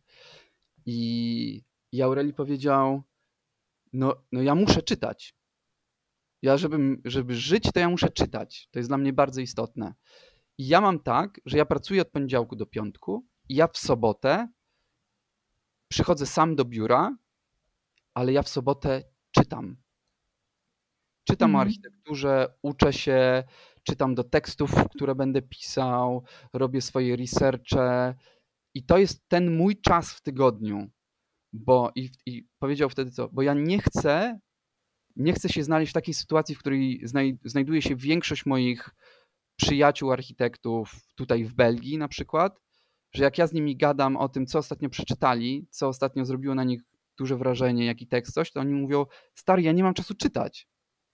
S2: I, i Aureli powiedział, no, no ja muszę czytać. Ja, żeby, żeby żyć, to ja muszę czytać. To jest dla mnie bardzo istotne. I ja mam tak, że ja pracuję od poniedziałku do piątku i ja w sobotę przychodzę sam do biura, ale ja w sobotę czytam. Czytam o
S1: Mhm.
S2: architekturze, uczę się, czytam do tekstów, które będę pisał, robię swoje researche i to jest ten mój czas w tygodniu. Bo i, i powiedział wtedy co, bo ja nie chcę, nie chcę się znaleźć w takiej sytuacji, w której znaj, znajduje się większość moich przyjaciół architektów tutaj w Belgii na przykład, że jak ja z nimi gadam o tym, co ostatnio przeczytali, co ostatnio zrobiło na nich duże wrażenie, jaki tekst, coś, to oni mówią, stary, ja nie mam czasu czytać.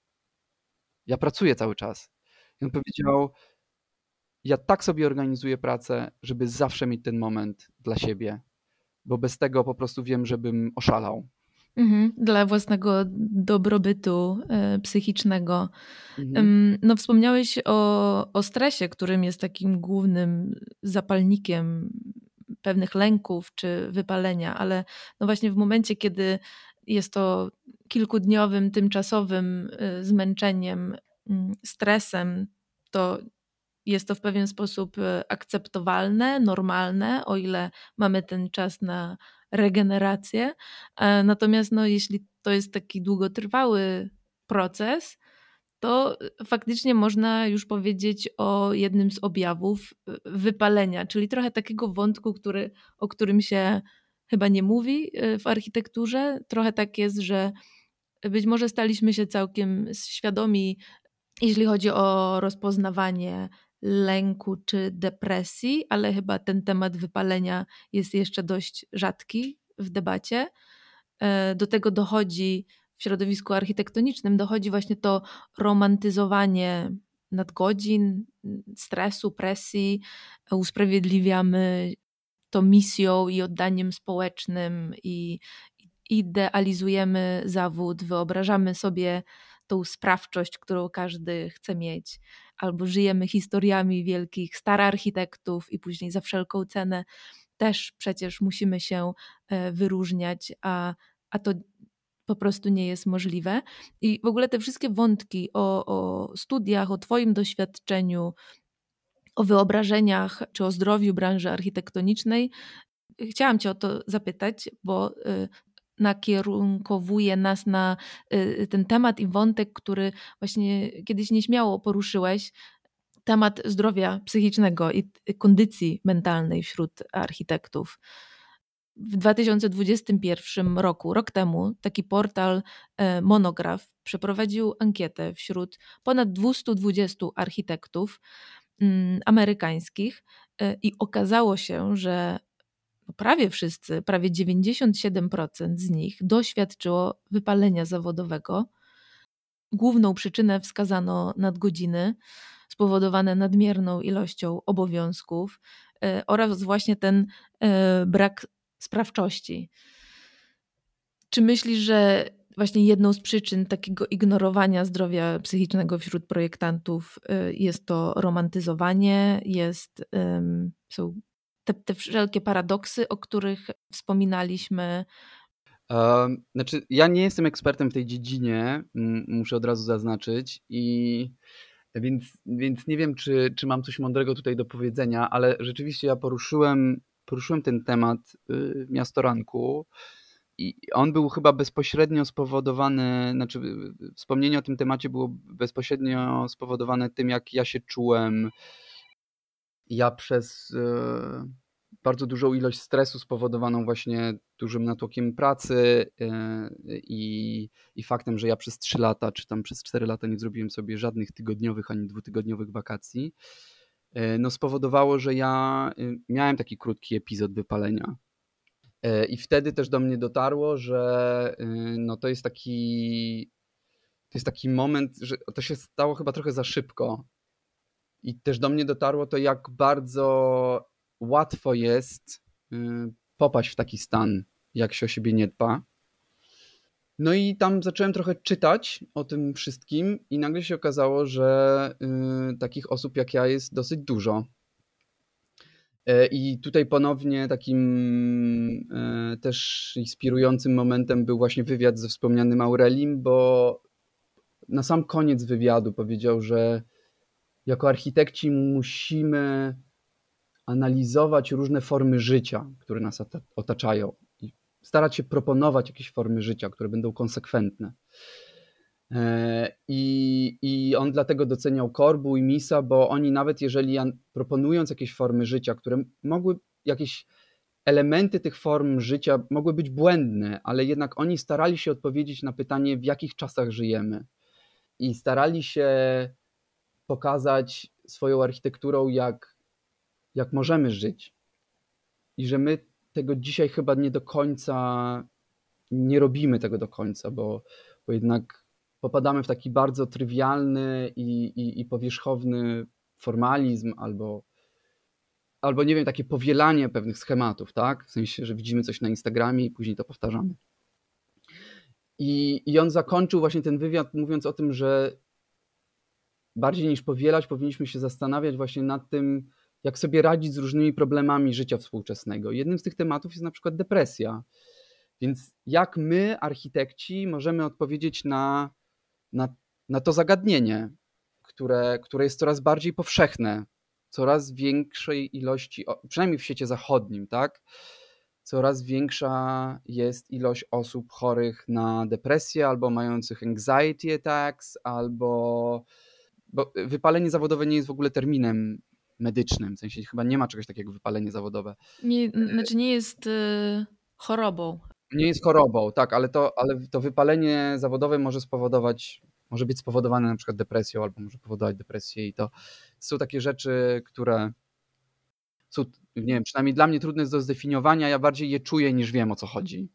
S2: Ja pracuję cały czas. I on powiedział, ja tak sobie organizuję pracę, żeby zawsze mieć ten moment dla siebie, bo bez tego po prostu wiem, żebym oszalał.
S1: Mhm. Dla własnego dobrobytu e, psychicznego.
S2: Mhm.
S1: Ym, No, wspomniałeś o, o stresie, którym jest takim głównym zapalnikiem pewnych lęków czy wypalenia, ale no właśnie w momencie, kiedy jest to kilkudniowym, tymczasowym y, zmęczeniem, mm, stresem, to jest to w pewien sposób akceptowalne, normalne, o ile mamy ten czas na regenerację. Natomiast no, jeśli to jest taki długotrwały proces, to faktycznie można już powiedzieć o jednym z objawów wypalenia, czyli trochę takiego wątku, który, o którym się chyba nie mówi w architekturze. Trochę tak jest, że być może staliśmy się całkiem świadomi, jeśli chodzi o rozpoznawanie lęku czy depresji, ale chyba ten temat wypalenia jest jeszcze dość rzadki w debacie. Do tego dochodzi w środowisku architektonicznym, dochodzi właśnie to romantyzowanie nadgodzin, stresu, presji. Usprawiedliwiamy to misją i oddaniem społecznym i idealizujemy zawód, wyobrażamy sobie tą sprawczość, którą każdy chce mieć, albo żyjemy historiami wielkich stararchitektów i później za wszelką cenę też przecież musimy się wyróżniać, a, a to po prostu nie jest możliwe. I w ogóle te wszystkie wątki o, o studiach, o twoim doświadczeniu, o wyobrażeniach czy o zdrowiu branży architektonicznej, chciałam cię o to zapytać, bo nakierunkowuje nas na ten temat i wątek, który właśnie kiedyś nieśmiało poruszyłeś, temat zdrowia psychicznego i kondycji mentalnej wśród architektów. W dwa tysiące dwudziestym pierwszym roku, rok temu, taki portal Monograf przeprowadził ankietę wśród ponad dwieście dwadzieścia architektów amerykańskich i okazało się, że prawie wszyscy, prawie dziewięćdziesiąt siedem procent z nich doświadczyło wypalenia zawodowego. Główną przyczynę wskazano nadgodziny spowodowane nadmierną ilością obowiązków oraz właśnie ten brak sprawczości. Czy myślisz, że właśnie jedną z przyczyn takiego ignorowania zdrowia psychicznego wśród projektantów jest to romantyzowanie, jest, są te, te wszelkie paradoksy, o których wspominaliśmy?
S2: Um, znaczy, ja nie jestem ekspertem w tej dziedzinie, m- muszę od razu zaznaczyć, i więc, więc nie wiem, czy, czy mam coś mądrego tutaj do powiedzenia, ale rzeczywiście ja poruszyłem, poruszyłem ten temat y, w Miastoranku i on był chyba bezpośrednio spowodowany, znaczy y, wspomnienie o tym temacie było bezpośrednio spowodowane tym, jak ja się czułem. Ja przez y, bardzo dużą ilość stresu spowodowaną właśnie dużym natłokiem pracy y, i, i faktem, że ja przez trzy lata, czy tam przez cztery lata nie zrobiłem sobie żadnych tygodniowych ani dwutygodniowych wakacji, y, no spowodowało, że ja y, miałem taki krótki epizod wypalenia. Y, I wtedy też do mnie dotarło, że y, no to jest taki, to jest taki moment, że to się stało chyba trochę za szybko. I też do mnie dotarło to, jak bardzo łatwo jest y, popaść w taki stan, jak się o siebie nie dba. No i tam zacząłem trochę czytać o tym wszystkim i nagle się okazało, że y, takich osób jak ja jest dosyć dużo. Y, I tutaj ponownie takim y, też inspirującym momentem był właśnie wywiad ze wspomnianym Aurelim, bo na sam koniec wywiadu powiedział, że jako architekci musimy analizować różne formy życia, które nas otaczają i starać się proponować jakieś formy życia, które będą konsekwentne. I, i on dlatego doceniał Corbu i Misa, bo oni nawet jeżeli proponując jakieś formy życia, które mogły, jakieś elementy tych form życia mogły być błędne, ale jednak oni starali się odpowiedzieć na pytanie, w jakich czasach żyjemy i starali się pokazać swoją architekturą, jak, jak możemy żyć. I że my tego dzisiaj chyba nie do końca, nie robimy tego do końca, bo, bo jednak popadamy w taki bardzo trywialny i, i, i powierzchowny formalizm albo, albo nie wiem, takie powielanie pewnych schematów, tak? W sensie, że widzimy coś na Instagramie i później to powtarzamy. I, i on zakończył właśnie ten wywiad mówiąc o tym, że bardziej niż powielać, powinniśmy się zastanawiać właśnie nad tym, jak sobie radzić z różnymi problemami życia współczesnego. Jednym z tych tematów jest na przykład depresja. Więc jak my, architekci, możemy odpowiedzieć na, na, na to zagadnienie, które, które jest coraz bardziej powszechne coraz większej ilości, przynajmniej w świecie zachodnim, tak? Coraz większa jest ilość osób chorych na depresję albo mających anxiety attacks, albo bo wypalenie zawodowe nie jest w ogóle terminem medycznym, w sensie chyba nie ma czegoś takiego jak wypalenie zawodowe.
S1: Nie, znaczy nie jest y, chorobą.
S2: Nie jest chorobą, tak, ale to, ale to wypalenie zawodowe może spowodować, może być spowodowane na przykład depresją, albo może powodować depresję i to są takie rzeczy, które są, nie wiem, przynajmniej dla mnie trudne do zdefiniowania, ja bardziej je czuję niż wiem, o co chodzi.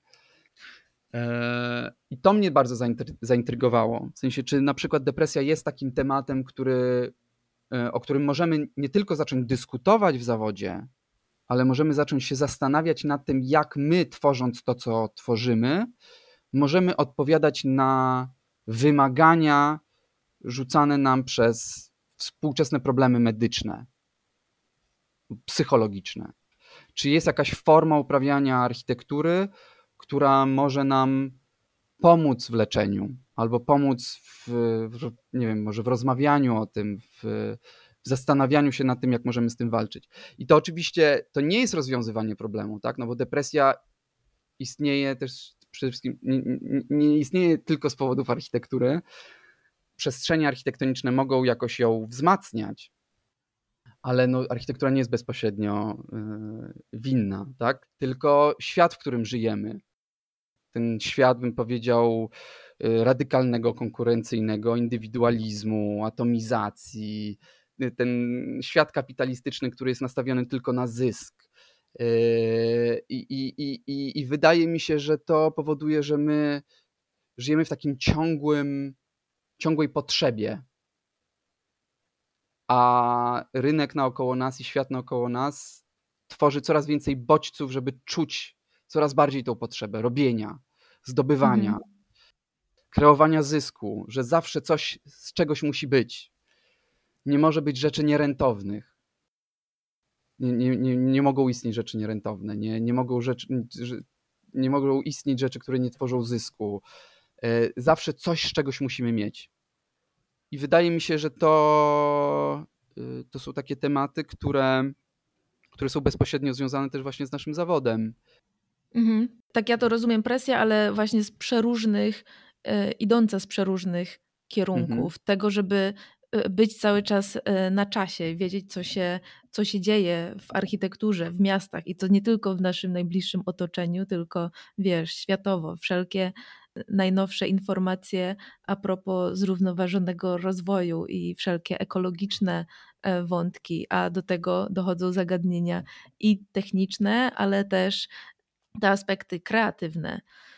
S2: I to mnie bardzo zaintrygowało. W sensie, czy na przykład depresja jest takim tematem, który, o którym możemy nie tylko zacząć dyskutować w zawodzie, ale możemy zacząć się zastanawiać nad tym, jak my, tworząc to, co tworzymy, możemy odpowiadać na wymagania rzucane nam przez współczesne problemy medyczne, psychologiczne. Czy jest jakaś forma uprawiania architektury, która może nam pomóc w leczeniu, albo pomóc w, w nie wiem, może w rozmawianiu o tym, w, w zastanawianiu się nad tym, jak możemy z tym walczyć. I to oczywiście to nie jest rozwiązywanie problemu, tak? No bo depresja istnieje też przede wszystkim, nie, nie istnieje tylko z powodów architektury. Przestrzenie architektoniczne mogą jakoś ją wzmacniać, ale no, architektura nie jest bezpośrednio winna, tak? Tylko świat, w którym żyjemy, ten świat, bym powiedział, radykalnego, konkurencyjnego, indywidualizmu, atomizacji, ten świat kapitalistyczny, który jest nastawiony tylko na zysk. I, i, i, i wydaje mi się, że to powoduje, że my żyjemy w takim ciągłym, ciągłej potrzebie, a rynek naokoło nas i świat naokoło nas tworzy coraz więcej bodźców, żeby czuć coraz bardziej tą potrzebę robienia, zdobywania, mhm. kreowania zysku, że zawsze coś z czegoś musi być. Nie może być rzeczy nierentownych. Nie, nie, nie, nie mogą istnieć rzeczy nierentowne. Nie, nie, mogą rzeczy, nie mogą istnieć rzeczy, które nie tworzą zysku. Zawsze coś z czegoś musimy mieć. I wydaje mi się, że to, to są takie tematy, które, które są bezpośrednio związane też właśnie z naszym zawodem.
S1: Mhm. Tak, ja to rozumiem, presja, ale właśnie z przeróżnych, e, idąca z przeróżnych kierunków. Mhm. Tego, żeby być cały czas na czasie, wiedzieć, co się, co się dzieje w architekturze, w miastach i to nie tylko w naszym najbliższym otoczeniu, tylko wiesz, światowo. Wszelkie najnowsze informacje a propos zrównoważonego rozwoju i wszelkie ekologiczne wątki, a do tego dochodzą zagadnienia i techniczne, ale też te aspekty kreatywne.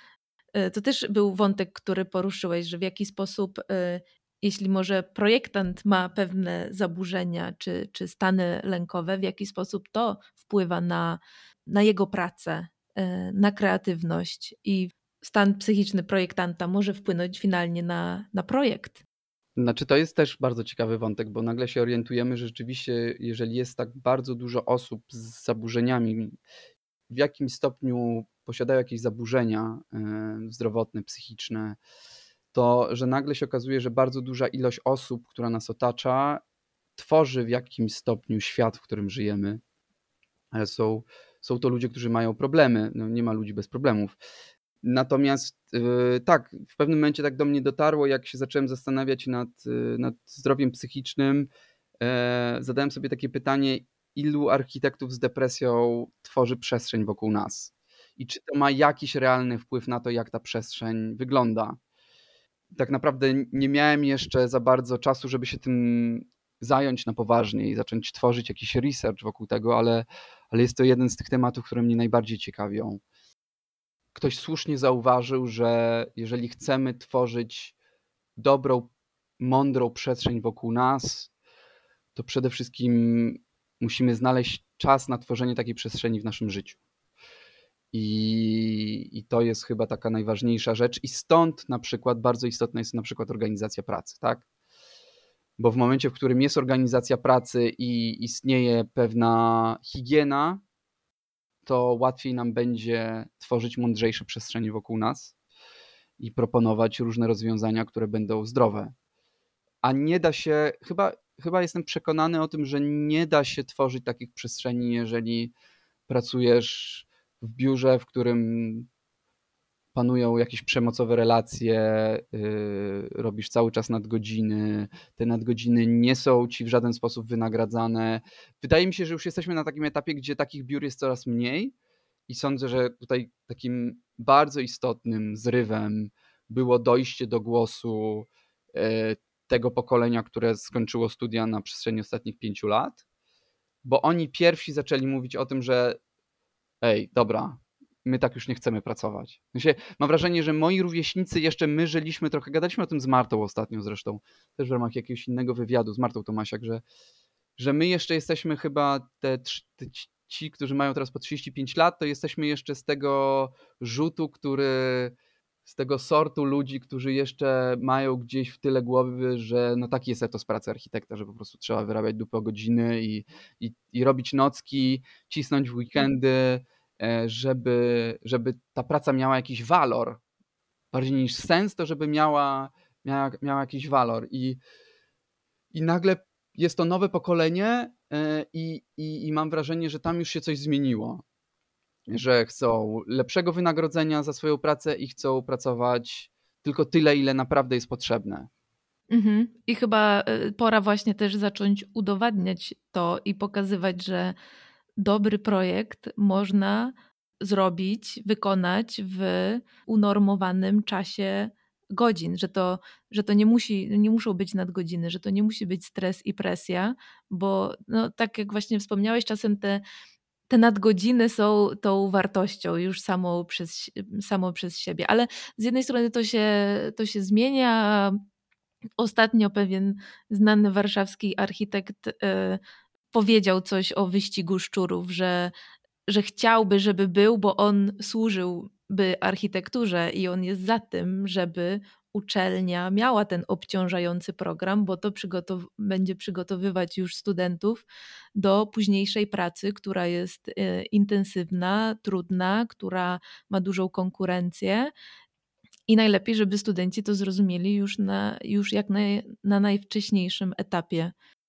S1: To też był wątek, który poruszyłeś, że w jaki sposób, jeśli może projektant ma pewne zaburzenia czy, czy stany lękowe, w jaki sposób to wpływa na, na jego pracę, na kreatywność i stan psychiczny projektanta może wpłynąć finalnie na, na projekt.
S2: Znaczy to jest też bardzo ciekawy wątek, bo nagle się orientujemy, że rzeczywiście jeżeli jest tak bardzo dużo osób z zaburzeniami, w jakim stopniu posiadają jakieś zaburzenia zdrowotne, psychiczne, to że nagle się okazuje, że bardzo duża ilość osób, która nas otacza, tworzy w jakimś stopniu świat, w którym żyjemy. Ale są, są to ludzie, którzy mają problemy. No, nie ma ludzi bez problemów. Natomiast yy, tak, w pewnym momencie tak do mnie dotarło, jak się zacząłem zastanawiać nad, yy, nad zdrowiem psychicznym, yy, zadałem sobie takie pytanie, ilu architektów z depresją tworzy przestrzeń wokół nas? I czy to ma jakiś realny wpływ na to, jak ta przestrzeń wygląda? Tak naprawdę nie miałem jeszcze za bardzo czasu, żeby się tym zająć na poważnie i zacząć tworzyć jakiś research wokół tego, ale, ale jest to jeden z tych tematów, które mnie najbardziej ciekawią. Ktoś słusznie zauważył, że jeżeli chcemy tworzyć dobrą, mądrą przestrzeń wokół nas, to przede wszystkim musimy znaleźć czas na tworzenie takiej przestrzeni w naszym życiu. I, I to jest chyba taka najważniejsza rzecz. I stąd na przykład bardzo istotna jest na przykład organizacja pracy, tak? Bo w momencie, w którym jest organizacja pracy i istnieje pewna higiena, to łatwiej nam będzie tworzyć mądrzejsze przestrzenie wokół nas i proponować różne rozwiązania, które będą zdrowe. A nie da się, chyba chyba jestem przekonany o tym, że nie da się tworzyć takich przestrzeni, jeżeli pracujesz w biurze, w którym panują jakieś przemocowe relacje, yy, robisz cały czas nadgodziny, te nadgodziny nie są ci w żaden sposób wynagradzane. Wydaje mi się, że już jesteśmy na takim etapie, gdzie takich biur jest coraz mniej i sądzę, że tutaj takim bardzo istotnym zrywem było dojście do głosu yy, tego pokolenia, które skończyło studia na przestrzeni ostatnich pięciu lat, bo oni pierwsi zaczęli mówić o tym, że ej, dobra, my tak już nie chcemy pracować. W sensie, mam wrażenie, że moi rówieśnicy jeszcze my żyliśmy trochę, gadaliśmy o tym z Martą ostatnio zresztą, też w ramach jakiegoś innego wywiadu z Martą Tomasiak, że, że my jeszcze jesteśmy chyba te, te ci, którzy mają teraz po trzydzieści pięć lat, to jesteśmy jeszcze z tego rzutu, który z tego sortu ludzi, którzy jeszcze mają gdzieś w tyle głowy, że no taki jest etos pracy architekta, że po prostu trzeba wyrabiać dupę godziny i, i, i robić nocki, cisnąć w weekendy, żeby, żeby ta praca miała jakiś walor. Bardziej niż sens, to żeby miała, miała, miała jakiś walor. I, i nagle jest to nowe pokolenie i, i, i mam wrażenie, że tam już się coś zmieniło. Że chcą lepszego wynagrodzenia za swoją pracę i chcą pracować tylko tyle, ile naprawdę jest potrzebne.
S1: Mhm. I chyba pora właśnie też zacząć udowadniać to i pokazywać, że dobry projekt można zrobić, wykonać w unormowanym czasie godzin, że to, że to nie, musi, nie muszą być nadgodziny, że to nie musi być stres i presja, bo no, tak jak właśnie wspomniałeś, czasem te Te nadgodziny są tą wartością już samą przez, samą przez siebie. Ale z jednej strony to się, to się zmienia. Ostatnio pewien znany warszawski architekt y, powiedział coś o wyścigu szczurów, że, że chciałby, żeby był, bo on służyłby architekturze i on jest za tym, żeby uczelnia miała ten obciążający program, bo to przygotow- będzie przygotowywać już studentów do późniejszej pracy, która jest y, intensywna, trudna, która ma dużą konkurencję. I najlepiej, żeby studenci to zrozumieli już, na, już jak naj, na najwcześniejszym etapie.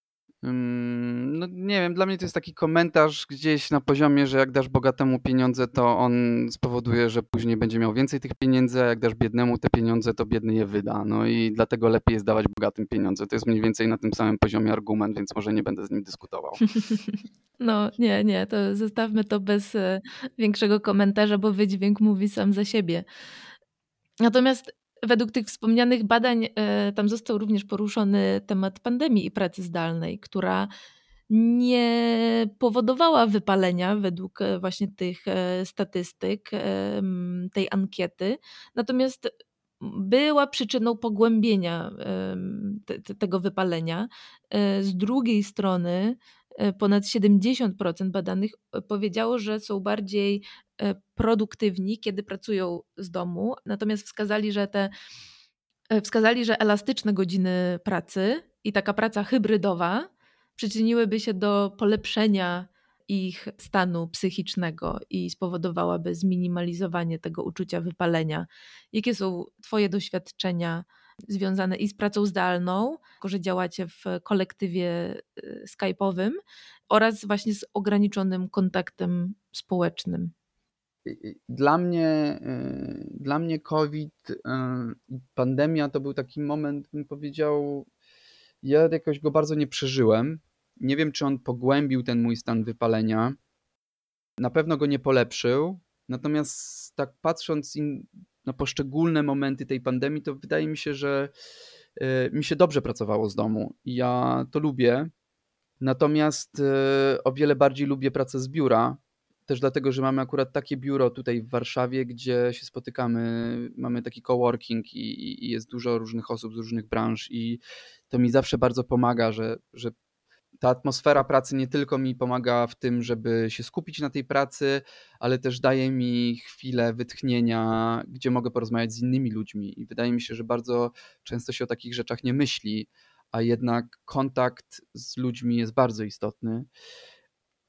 S2: No nie wiem, dla mnie to jest taki komentarz gdzieś na poziomie, że jak dasz bogatemu pieniądze, to on spowoduje, że później będzie miał więcej tych pieniędzy, a jak dasz biednemu te pieniądze, to biedny je wyda. No i dlatego lepiej jest dawać bogatym pieniądze. To jest mniej więcej na tym samym poziomie argument, więc może nie będę z nim dyskutował.
S1: No nie, nie, to zostawmy to bez e, większego komentarza, bo wydźwięk mówi sam za siebie. Natomiast według tych wspomnianych badań e, tam został również poruszony temat pandemii i pracy zdalnej, która nie powodowała wypalenia według e, właśnie tych e, statystyk, e, m, tej ankiety, natomiast była przyczyną pogłębienia em, te, te, tego wypalenia. E, Z drugiej strony e, ponad siedemdziesiąt procent badanych e, powiedziało, że są bardziej e, produktywni, kiedy pracują z domu, natomiast wskazali, że te e, wskazali, że elastyczne godziny pracy i taka praca hybrydowa przyczyniłyby się do polepszenia ich stanu psychicznego i spowodowałaby zminimalizowanie tego uczucia wypalenia. Jakie są Twoje doświadczenia związane i z pracą zdalną, jako że działacie w kolektywie y, skype'owym oraz właśnie z ograniczonym kontaktem społecznym?
S2: Dla mnie, y, dla mnie COVID y, i pandemia to był taki moment, bym powiedział, ja jakoś go bardzo nie przeżyłem. Nie wiem, czy on pogłębił ten mój stan wypalenia. Na pewno go nie polepszył. Natomiast tak patrząc in, na poszczególne momenty tej pandemii, to wydaje mi się, że y, mi się dobrze pracowało z domu i ja to lubię. Natomiast y, o wiele bardziej lubię pracę z biura. Też dlatego, że mamy akurat takie biuro tutaj w Warszawie, gdzie się spotykamy, mamy taki coworking i, i jest dużo różnych osób z różnych branż i to mi zawsze bardzo pomaga, że, że ta atmosfera pracy nie tylko mi pomaga w tym, żeby się skupić na tej pracy, ale też daje mi chwilę wytchnienia, gdzie mogę porozmawiać z innymi ludźmi. I wydaje mi się, że bardzo często się o takich rzeczach nie myśli, a jednak kontakt z ludźmi jest bardzo istotny.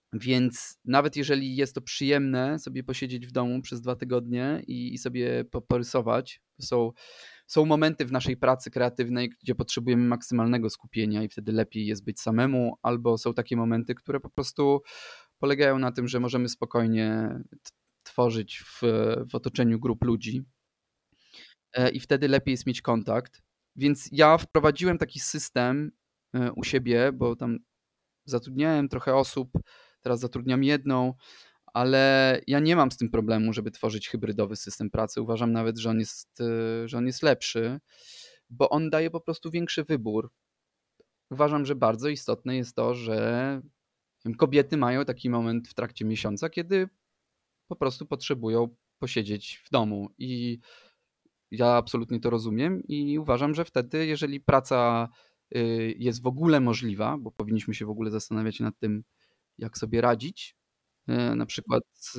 S2: Więc nawet jeżeli jest to przyjemne sobie posiedzieć w domu przez dwa tygodnie i, i sobie po- porysować, to są, są momenty w naszej pracy kreatywnej, gdzie potrzebujemy maksymalnego skupienia i wtedy lepiej jest być samemu, albo są takie momenty, które po prostu polegają na tym, że możemy spokojnie t- tworzyć w, w otoczeniu grup ludzi e, i wtedy lepiej jest mieć kontakt. Więc ja wprowadziłem taki system e, u siebie, bo tam zatrudniałem trochę osób, teraz zatrudniam jedną, ale ja nie mam z tym problemu, żeby tworzyć hybrydowy system pracy. Uważam nawet, że on jest, e, że on jest lepszy, bo on daje po prostu większy wybór. Uważam, że bardzo istotne jest to, że wiem, kobiety mają taki moment w trakcie miesiąca, kiedy po prostu potrzebują posiedzieć w domu i ja absolutnie to rozumiem i uważam, że wtedy, jeżeli praca y, jest w ogóle możliwa, bo powinniśmy się w ogóle zastanawiać nad tym, jak sobie radzić, y, na przykład z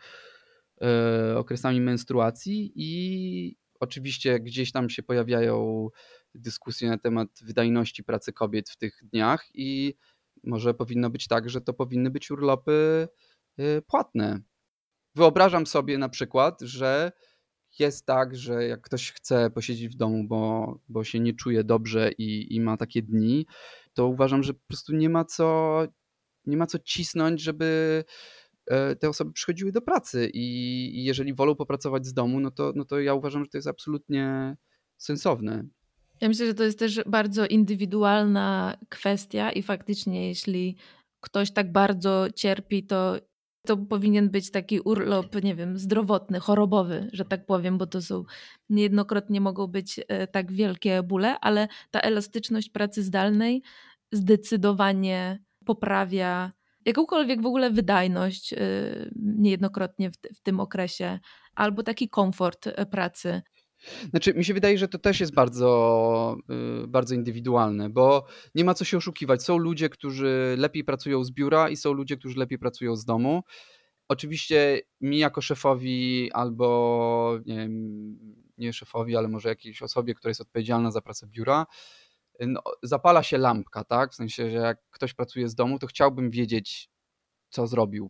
S2: y, okresami menstruacji i oczywiście gdzieś tam się pojawiają dyskusje na temat wydajności pracy kobiet w tych dniach i może powinno być tak, że to powinny być urlopy y, płatne. Wyobrażam sobie na przykład, że jest tak, że jak ktoś chce posiedzieć w domu, bo, bo się nie czuje dobrze i, i ma takie dni, to uważam, że po prostu nie ma co, nie ma co cisnąć, żeby e, te osoby przychodziły do pracy i, i jeżeli wolą popracować z domu, no to, no to ja uważam, że to jest absolutnie sensowne.
S1: Ja myślę, że to jest też bardzo indywidualna kwestia i faktycznie, jeśli ktoś tak bardzo cierpi, to to powinien być taki urlop, nie wiem, zdrowotny, chorobowy, że tak powiem, bo to są niejednokrotnie mogą być e, tak wielkie bóle, ale ta elastyczność pracy zdalnej zdecydowanie poprawia jakąkolwiek w ogóle wydajność e, niejednokrotnie w, w tym okresie, albo taki komfort e, pracy.
S2: Znaczy, mi się wydaje, że to też jest bardzo, y, bardzo indywidualne, bo nie ma co się oszukiwać. Są ludzie, którzy lepiej pracują z biura i są ludzie, którzy lepiej pracują z domu. Oczywiście mi jako szefowi albo nie wiem, nie szefowi, ale może jakiejś osobie, która jest odpowiedzialna za pracę biura, no, zapala się lampka, tak? W sensie, że jak ktoś pracuje z domu, to chciałbym wiedzieć, co zrobił,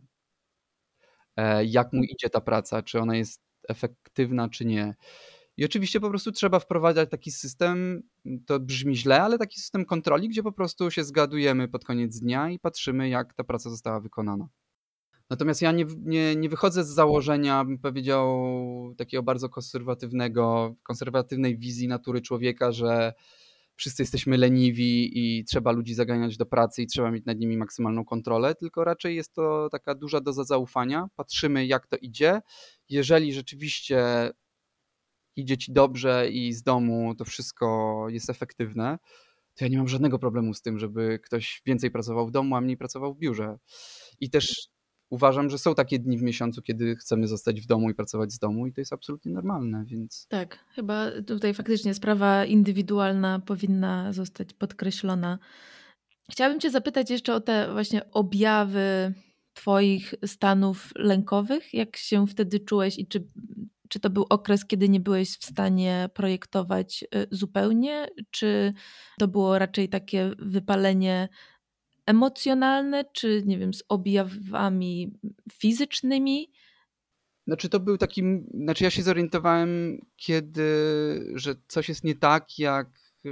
S2: e, jak mu idzie ta praca, czy ona jest efektywna, czy nie. I oczywiście po prostu trzeba wprowadzać taki system, to brzmi źle, ale taki system kontroli, gdzie po prostu się zgadujemy pod koniec dnia i patrzymy, jak ta praca została wykonana. Natomiast ja nie, nie, nie wychodzę z założenia, bym powiedział, takiego bardzo konserwatywnego, konserwatywnej wizji natury człowieka, że wszyscy jesteśmy leniwi i trzeba ludzi zaganiać do pracy i trzeba mieć nad nimi maksymalną kontrolę, tylko raczej jest to taka duża doza zaufania. Patrzymy, jak to idzie. Jeżeli rzeczywiście idzie ci dobrze i z domu to wszystko jest efektywne, to ja nie mam żadnego problemu z tym, żeby ktoś więcej pracował w domu, a mniej pracował w biurze. I też uważam, że są takie dni w miesiącu, kiedy chcemy zostać w domu i pracować z domu i to jest absolutnie normalne, więc
S1: Tak, chyba tutaj faktycznie sprawa indywidualna powinna zostać podkreślona. Chciałabym Cię zapytać jeszcze o te właśnie objawy Twoich stanów lękowych. Jak się wtedy czułeś i czy, czy to był okres, kiedy nie byłeś w stanie projektować y, zupełnie, czy to było raczej takie wypalenie emocjonalne, czy nie wiem, z objawami fizycznymi?
S2: znaczy to był taki, znaczy ja się zorientowałem, kiedy, że coś jest nie tak, jak e,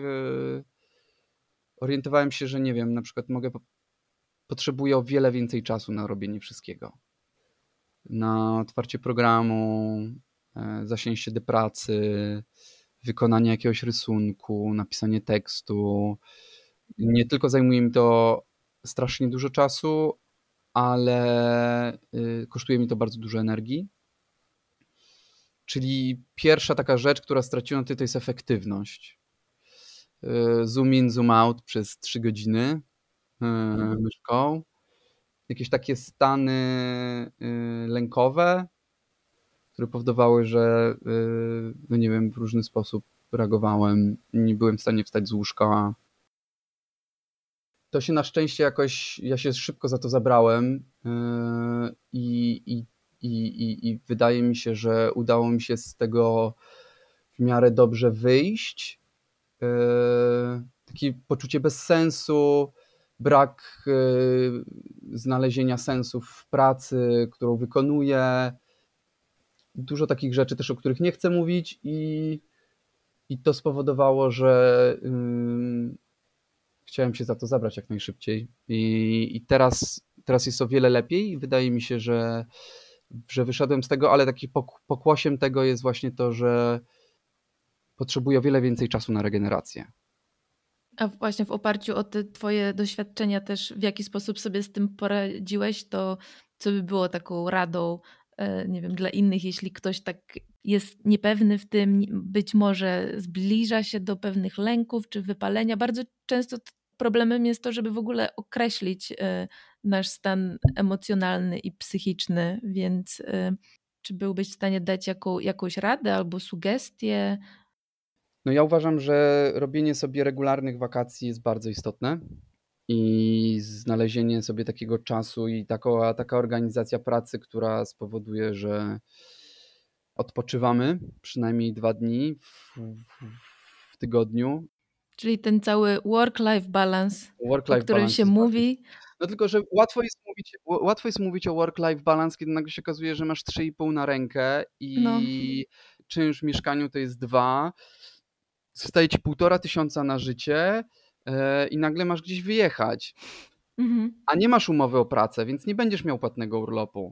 S2: orientowałem się, że nie wiem, na przykład mogę, potrzebuję o wiele więcej czasu na robienie wszystkiego. Na otwarcie programu, e, zasięście do pracy, wykonanie jakiegoś rysunku, napisanie tekstu. Nie tylko zajmuje mi to strasznie dużo czasu, ale y, kosztuje mi to bardzo dużo energii. Czyli pierwsza taka rzecz, która straciła na to, to jest efektywność. Y, Zoom in, zoom out przez trzy godziny y, myszką. Jakieś takie stany y, lękowe, które powodowały, że y, no nie wiem, w różny sposób reagowałem. Nie byłem w stanie wstać z łóżka. To się na szczęście jakoś, ja się szybko za to zabrałem yy, i, i, i, i wydaje mi się, że udało mi się z tego w miarę dobrze wyjść. Yy, Takie poczucie bezsensu, brak yy, znalezienia sensów w pracy, którą wykonuję. Dużo takich rzeczy też, o których nie chcę mówić i, i to spowodowało, że ym, chciałem się za to zabrać jak najszybciej i, i teraz, teraz jest o wiele lepiej i wydaje mi się, że, że wyszedłem z tego, ale takim pok- pokłosiem tego jest właśnie to, że potrzebuję o wiele więcej czasu na regenerację.
S1: A właśnie w oparciu o te twoje doświadczenia też, w jaki sposób sobie z tym poradziłeś, to co by było taką radą, e, nie wiem, dla innych, jeśli ktoś tak jest niepewny w tym, być może zbliża się do pewnych lęków czy wypalenia. Bardzo często t- problemem jest to, żeby w ogóle określić e, nasz stan emocjonalny i psychiczny, więc e, czy byłbyś w stanie dać jaką, jakąś radę albo sugestię?
S2: No ja uważam, że robienie sobie regularnych wakacji jest bardzo istotne i znalezienie sobie takiego czasu i taka, taka organizacja pracy, która spowoduje, że odpoczywamy przynajmniej dwa dni w, w, w tygodniu.
S1: Czyli ten cały work-life balance, o
S2: Work-life
S1: którym
S2: balance
S1: się
S2: jest bardzo.
S1: mówi.
S2: No tylko, że łatwo jest mówić, ł- łatwo jest mówić o work-life balance, kiedy nagle się okazuje, że masz trzy i pół na rękę
S1: No.
S2: i czynsz w mieszkaniu to jest dwa, zostaje ci półtora tysiąca na życie e, i nagle masz gdzieś wyjechać,
S1: Mhm.
S2: a nie masz umowy o pracę, więc nie będziesz miał płatnego urlopu.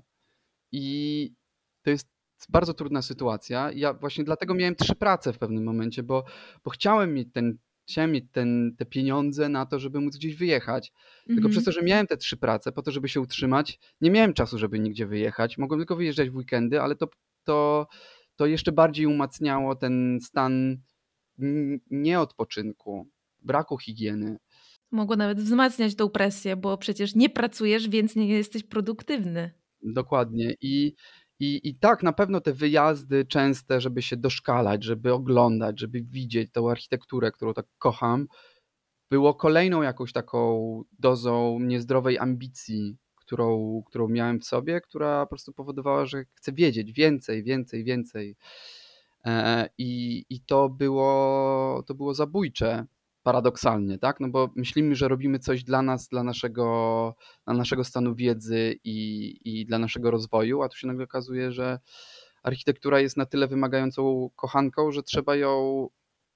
S2: I to jest bardzo trudna sytuacja. Ja właśnie dlatego miałem trzy prace w pewnym momencie, bo, bo chciałem mieć ten, chciałem mieć ten, te pieniądze na to, żeby móc gdzieś wyjechać. Tylko przez to,
S1: Mhm.
S2: że miałem te trzy prace po to, żeby się utrzymać, nie miałem czasu, żeby nigdzie wyjechać. Mogłem tylko wyjeżdżać w weekendy, ale to, to, to jeszcze bardziej umacniało ten stan n- nieodpoczynku, braku higieny.
S1: Mogło nawet wzmacniać tą presję, bo przecież nie pracujesz, więc nie jesteś produktywny.
S2: Dokładnie. I, i, I tak, na pewno te wyjazdy częste, żeby się doszkalać, żeby oglądać, żeby widzieć tą architekturę, którą tak kocham, było kolejną jakąś taką dozą niezdrowej ambicji, którą, którą miałem w sobie, która po prostu powodowała, że chcę wiedzieć więcej, więcej, więcej. E, I, i to było, to było zabójcze, paradoksalnie, tak? No bo myślimy, że robimy coś dla nas, dla naszego, dla naszego stanu wiedzy i, i dla naszego rozwoju, a tu się nagle okazuje, że architektura jest na tyle wymagającą kochanką, że trzeba ją,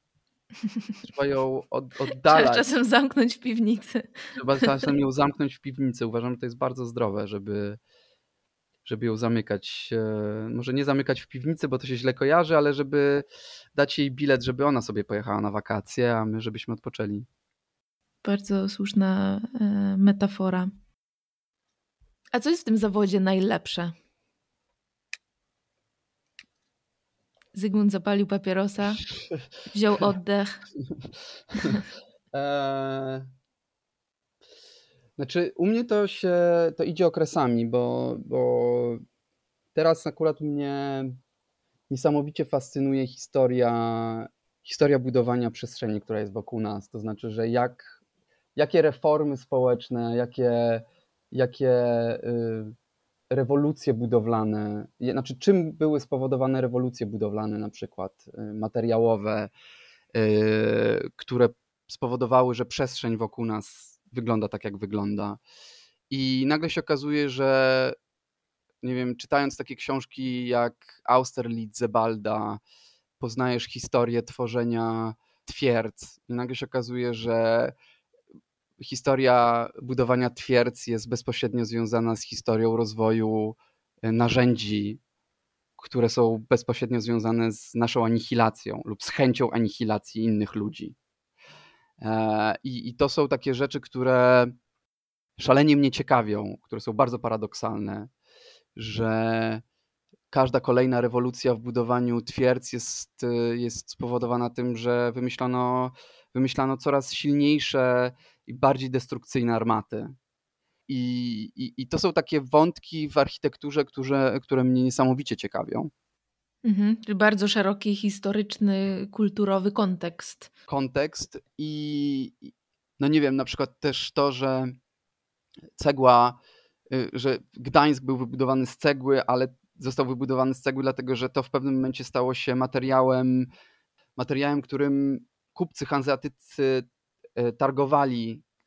S2: trzeba ją od,
S1: Trzeba
S2: oddalać.
S1: czasem zamknąć w piwnicy.
S2: Trzeba czasem ją zamknąć w piwnicy. Uważam, że to jest bardzo zdrowe, żeby, żeby ją zamykać. e, Może nie zamykać w piwnicy, bo to się źle kojarzy, ale żeby dać jej bilet, żeby ona sobie pojechała na wakacje, a my żebyśmy odpoczęli.
S1: Bardzo słuszna e, metafora. A co jest w tym zawodzie najlepsze? Zygmunt zapalił papierosa, wziął oddech.
S2: Eee, Znaczy, u mnie to się to idzie okresami, bo, bo teraz akurat mnie niesamowicie fascynuje historia, historia budowania przestrzeni, która jest wokół nas. To znaczy, że jak, jakie reformy społeczne, jakie, jakie y, rewolucje budowlane, je- znaczy czym były spowodowane rewolucje budowlane, na przykład y, materiałowe, y, które spowodowały, że przestrzeń wokół nas wygląda tak, jak wygląda. I nagle się okazuje, że nie wiem, czytając takie książki jak Austerlitz Sebalda, poznajesz historię tworzenia twierdz i nagle się okazuje, że historia budowania twierdz jest bezpośrednio związana z historią rozwoju e, narzędzi, które są bezpośrednio związane z naszą anihilacją lub z chęcią anihilacji innych ludzi. E, I, I to są takie rzeczy, które szalenie mnie ciekawią, które są bardzo paradoksalne, że każda kolejna rewolucja w budowaniu twierdz jest, jest spowodowana tym, że wymyślano, wymyślano coraz silniejsze i bardziej destrukcyjne armaty. I, i, I to są takie wątki w architekturze, które, które mnie niesamowicie ciekawią.
S1: Mhm, czyli bardzo szeroki, historyczny, kulturowy kontekst.
S2: Kontekst i i- no nie wiem, na przykład też to, że cegła, y, że Gdańsk był wybudowany z cegły, ale został wybudowany z cegły, dlatego że to w pewnym momencie stało się materiałem, materiałem, którym kupcy hanzeatyccy e, targowali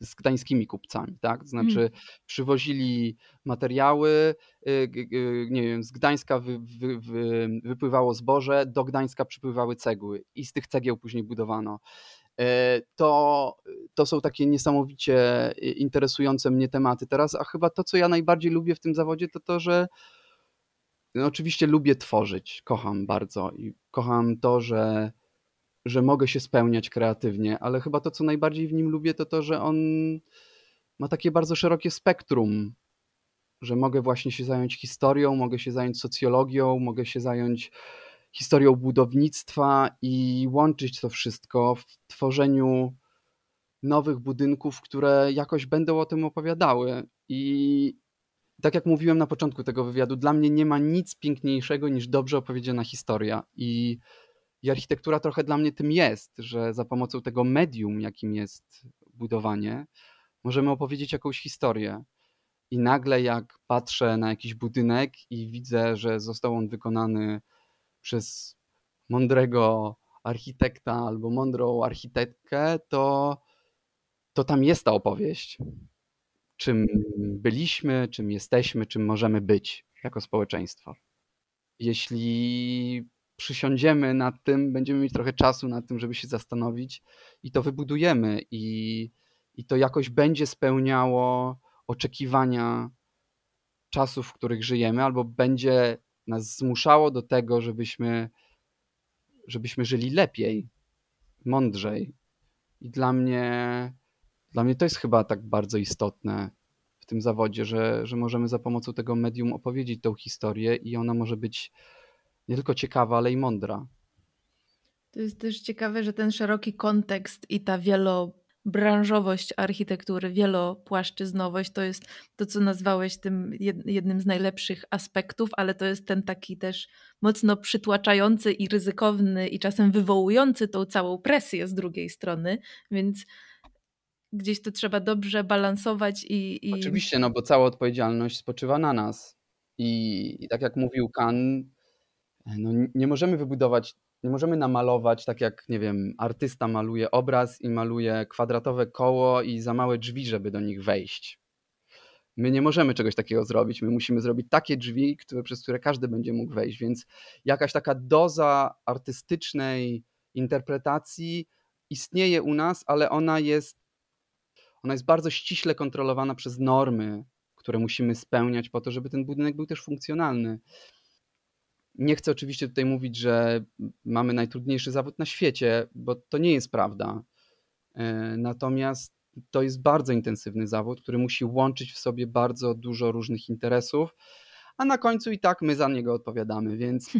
S2: z gdańskimi kupcami, tak? To znaczy
S1: Mm.
S2: przywozili materiały, y, g- g- nie wiem, z Gdańska wy, wy, wy, wypływało zboże, do Gdańska przypływały cegły i z tych cegieł później budowano. E, To, to są takie niesamowicie y, interesujące mnie tematy teraz, a chyba to, co ja najbardziej lubię w tym zawodzie, to to, że no oczywiście lubię tworzyć, kocham bardzo i kocham to, że, że mogę się spełniać kreatywnie, ale chyba to, co najbardziej w nim lubię, to to, że on ma takie bardzo szerokie spektrum, że mogę właśnie się zająć historią, mogę się zająć socjologią, mogę się zająć historią budownictwa i łączyć to wszystko w tworzeniu nowych budynków, które jakoś będą o tym opowiadały. I tak jak mówiłem na początku tego wywiadu, dla mnie nie ma nic piękniejszego niż dobrze opowiedziana historia. I, i architektura trochę dla mnie tym jest, że za pomocą tego medium, jakim jest budowanie, możemy opowiedzieć jakąś historię. I nagle jak patrzę na jakiś budynek i widzę, że został on wykonany przez mądrego architekta albo mądrą architektkę, to, to tam jest ta opowieść. Czym byliśmy, czym jesteśmy, czym możemy być jako społeczeństwo. Jeśli przysiądziemy nad tym, będziemy mieć trochę czasu nad tym, żeby się zastanowić i to wybudujemy i, i to jakoś będzie spełniało oczekiwania czasów, w których żyjemy, albo będzie nas zmuszało do tego, żebyśmy, żebyśmy żyli lepiej, mądrzej. I dla mnie, dla mnie to jest chyba tak bardzo istotne w tym zawodzie, że, że możemy za pomocą tego medium opowiedzieć tą historię i ona może być nie tylko ciekawa, ale i mądra.
S1: To jest też ciekawe, że ten szeroki kontekst i ta wielobranżowość architektury, wielopłaszczyznowość to jest to, co nazwałeś tym jed- jednym z najlepszych aspektów, ale to jest ten taki też mocno przytłaczający i ryzykowny i czasem wywołujący tą całą presję z drugiej strony, więc gdzieś to trzeba dobrze balansować i... i...
S2: Oczywiście, no bo cała odpowiedzialność spoczywa na nas. I, i tak jak mówił Kahn, no nie możemy wybudować, nie możemy namalować tak jak, nie wiem, artysta maluje obraz i maluje kwadratowe koło i za małe drzwi, żeby do nich wejść. My nie możemy czegoś takiego zrobić. My musimy zrobić takie drzwi, które, przez które każdy będzie mógł wejść, więc jakaś taka doza artystycznej interpretacji istnieje u nas, ale ona jest, ona jest bardzo ściśle kontrolowana przez normy, które musimy spełniać po to, żeby ten budynek był też funkcjonalny. Nie chcę oczywiście tutaj mówić, że mamy najtrudniejszy zawód na świecie, bo to nie jest prawda. Natomiast to jest bardzo intensywny zawód, który musi łączyć w sobie bardzo dużo różnych interesów, a na końcu i tak my za niego odpowiadamy, więc...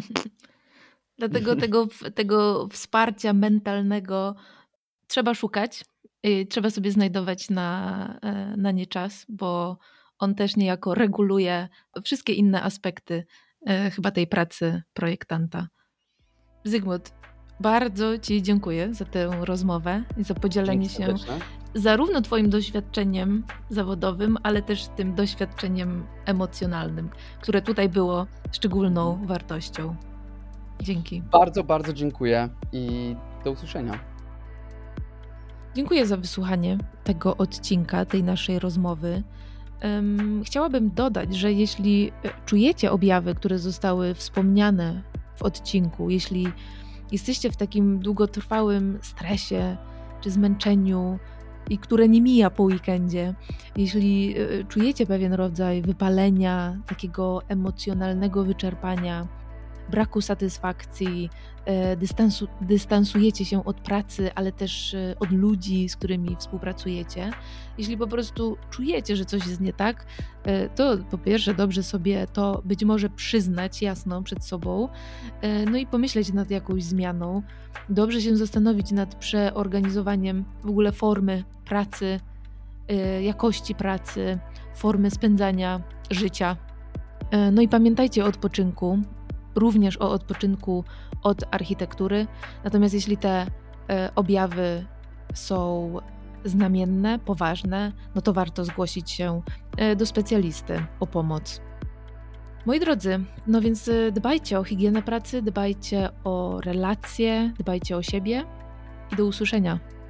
S1: Dlatego tego, tego wsparcia mentalnego trzeba szukać, y, trzeba sobie znajdować na, e, na nie czas, bo on też niejako reguluje wszystkie inne aspekty e, chyba tej pracy projektanta. Zygmunt, bardzo Ci dziękuję za tę rozmowę i za podzielenie
S2: Dzięki
S1: się
S2: serdeczne.
S1: zarówno Twoim doświadczeniem zawodowym, ale też tym doświadczeniem emocjonalnym, które tutaj było szczególną wartością. Dzięki.
S2: Bardzo, bardzo dziękuję i do usłyszenia.
S1: Dziękuję za wysłuchanie tego odcinka, tej naszej rozmowy. Um, chciałabym dodać, że jeśli czujecie objawy, które zostały wspomniane w odcinku, jeśli jesteście w takim długotrwałym stresie czy zmęczeniu i które nie mija po weekendzie, jeśli y, czujecie pewien rodzaj wypalenia, takiego emocjonalnego wyczerpania, braku satysfakcji, dystansu, dystansujecie się od pracy, ale też od ludzi, z którymi współpracujecie. Jeśli po prostu czujecie, że coś jest nie tak, to po pierwsze dobrze sobie to być może przyznać jasno przed sobą, no i pomyśleć nad jakąś zmianą. Dobrze się zastanowić nad przeorganizowaniem w ogóle formy pracy, jakości pracy, formy spędzania życia. No i pamiętajcie o odpoczynku, również o odpoczynku od architektury. Natomiast jeśli te e, objawy są znamienne, poważne, no to warto zgłosić się e, do specjalisty o pomoc. Moi drodzy, no więc dbajcie o higienę pracy, dbajcie o relacje, dbajcie o siebie i do usłyszenia.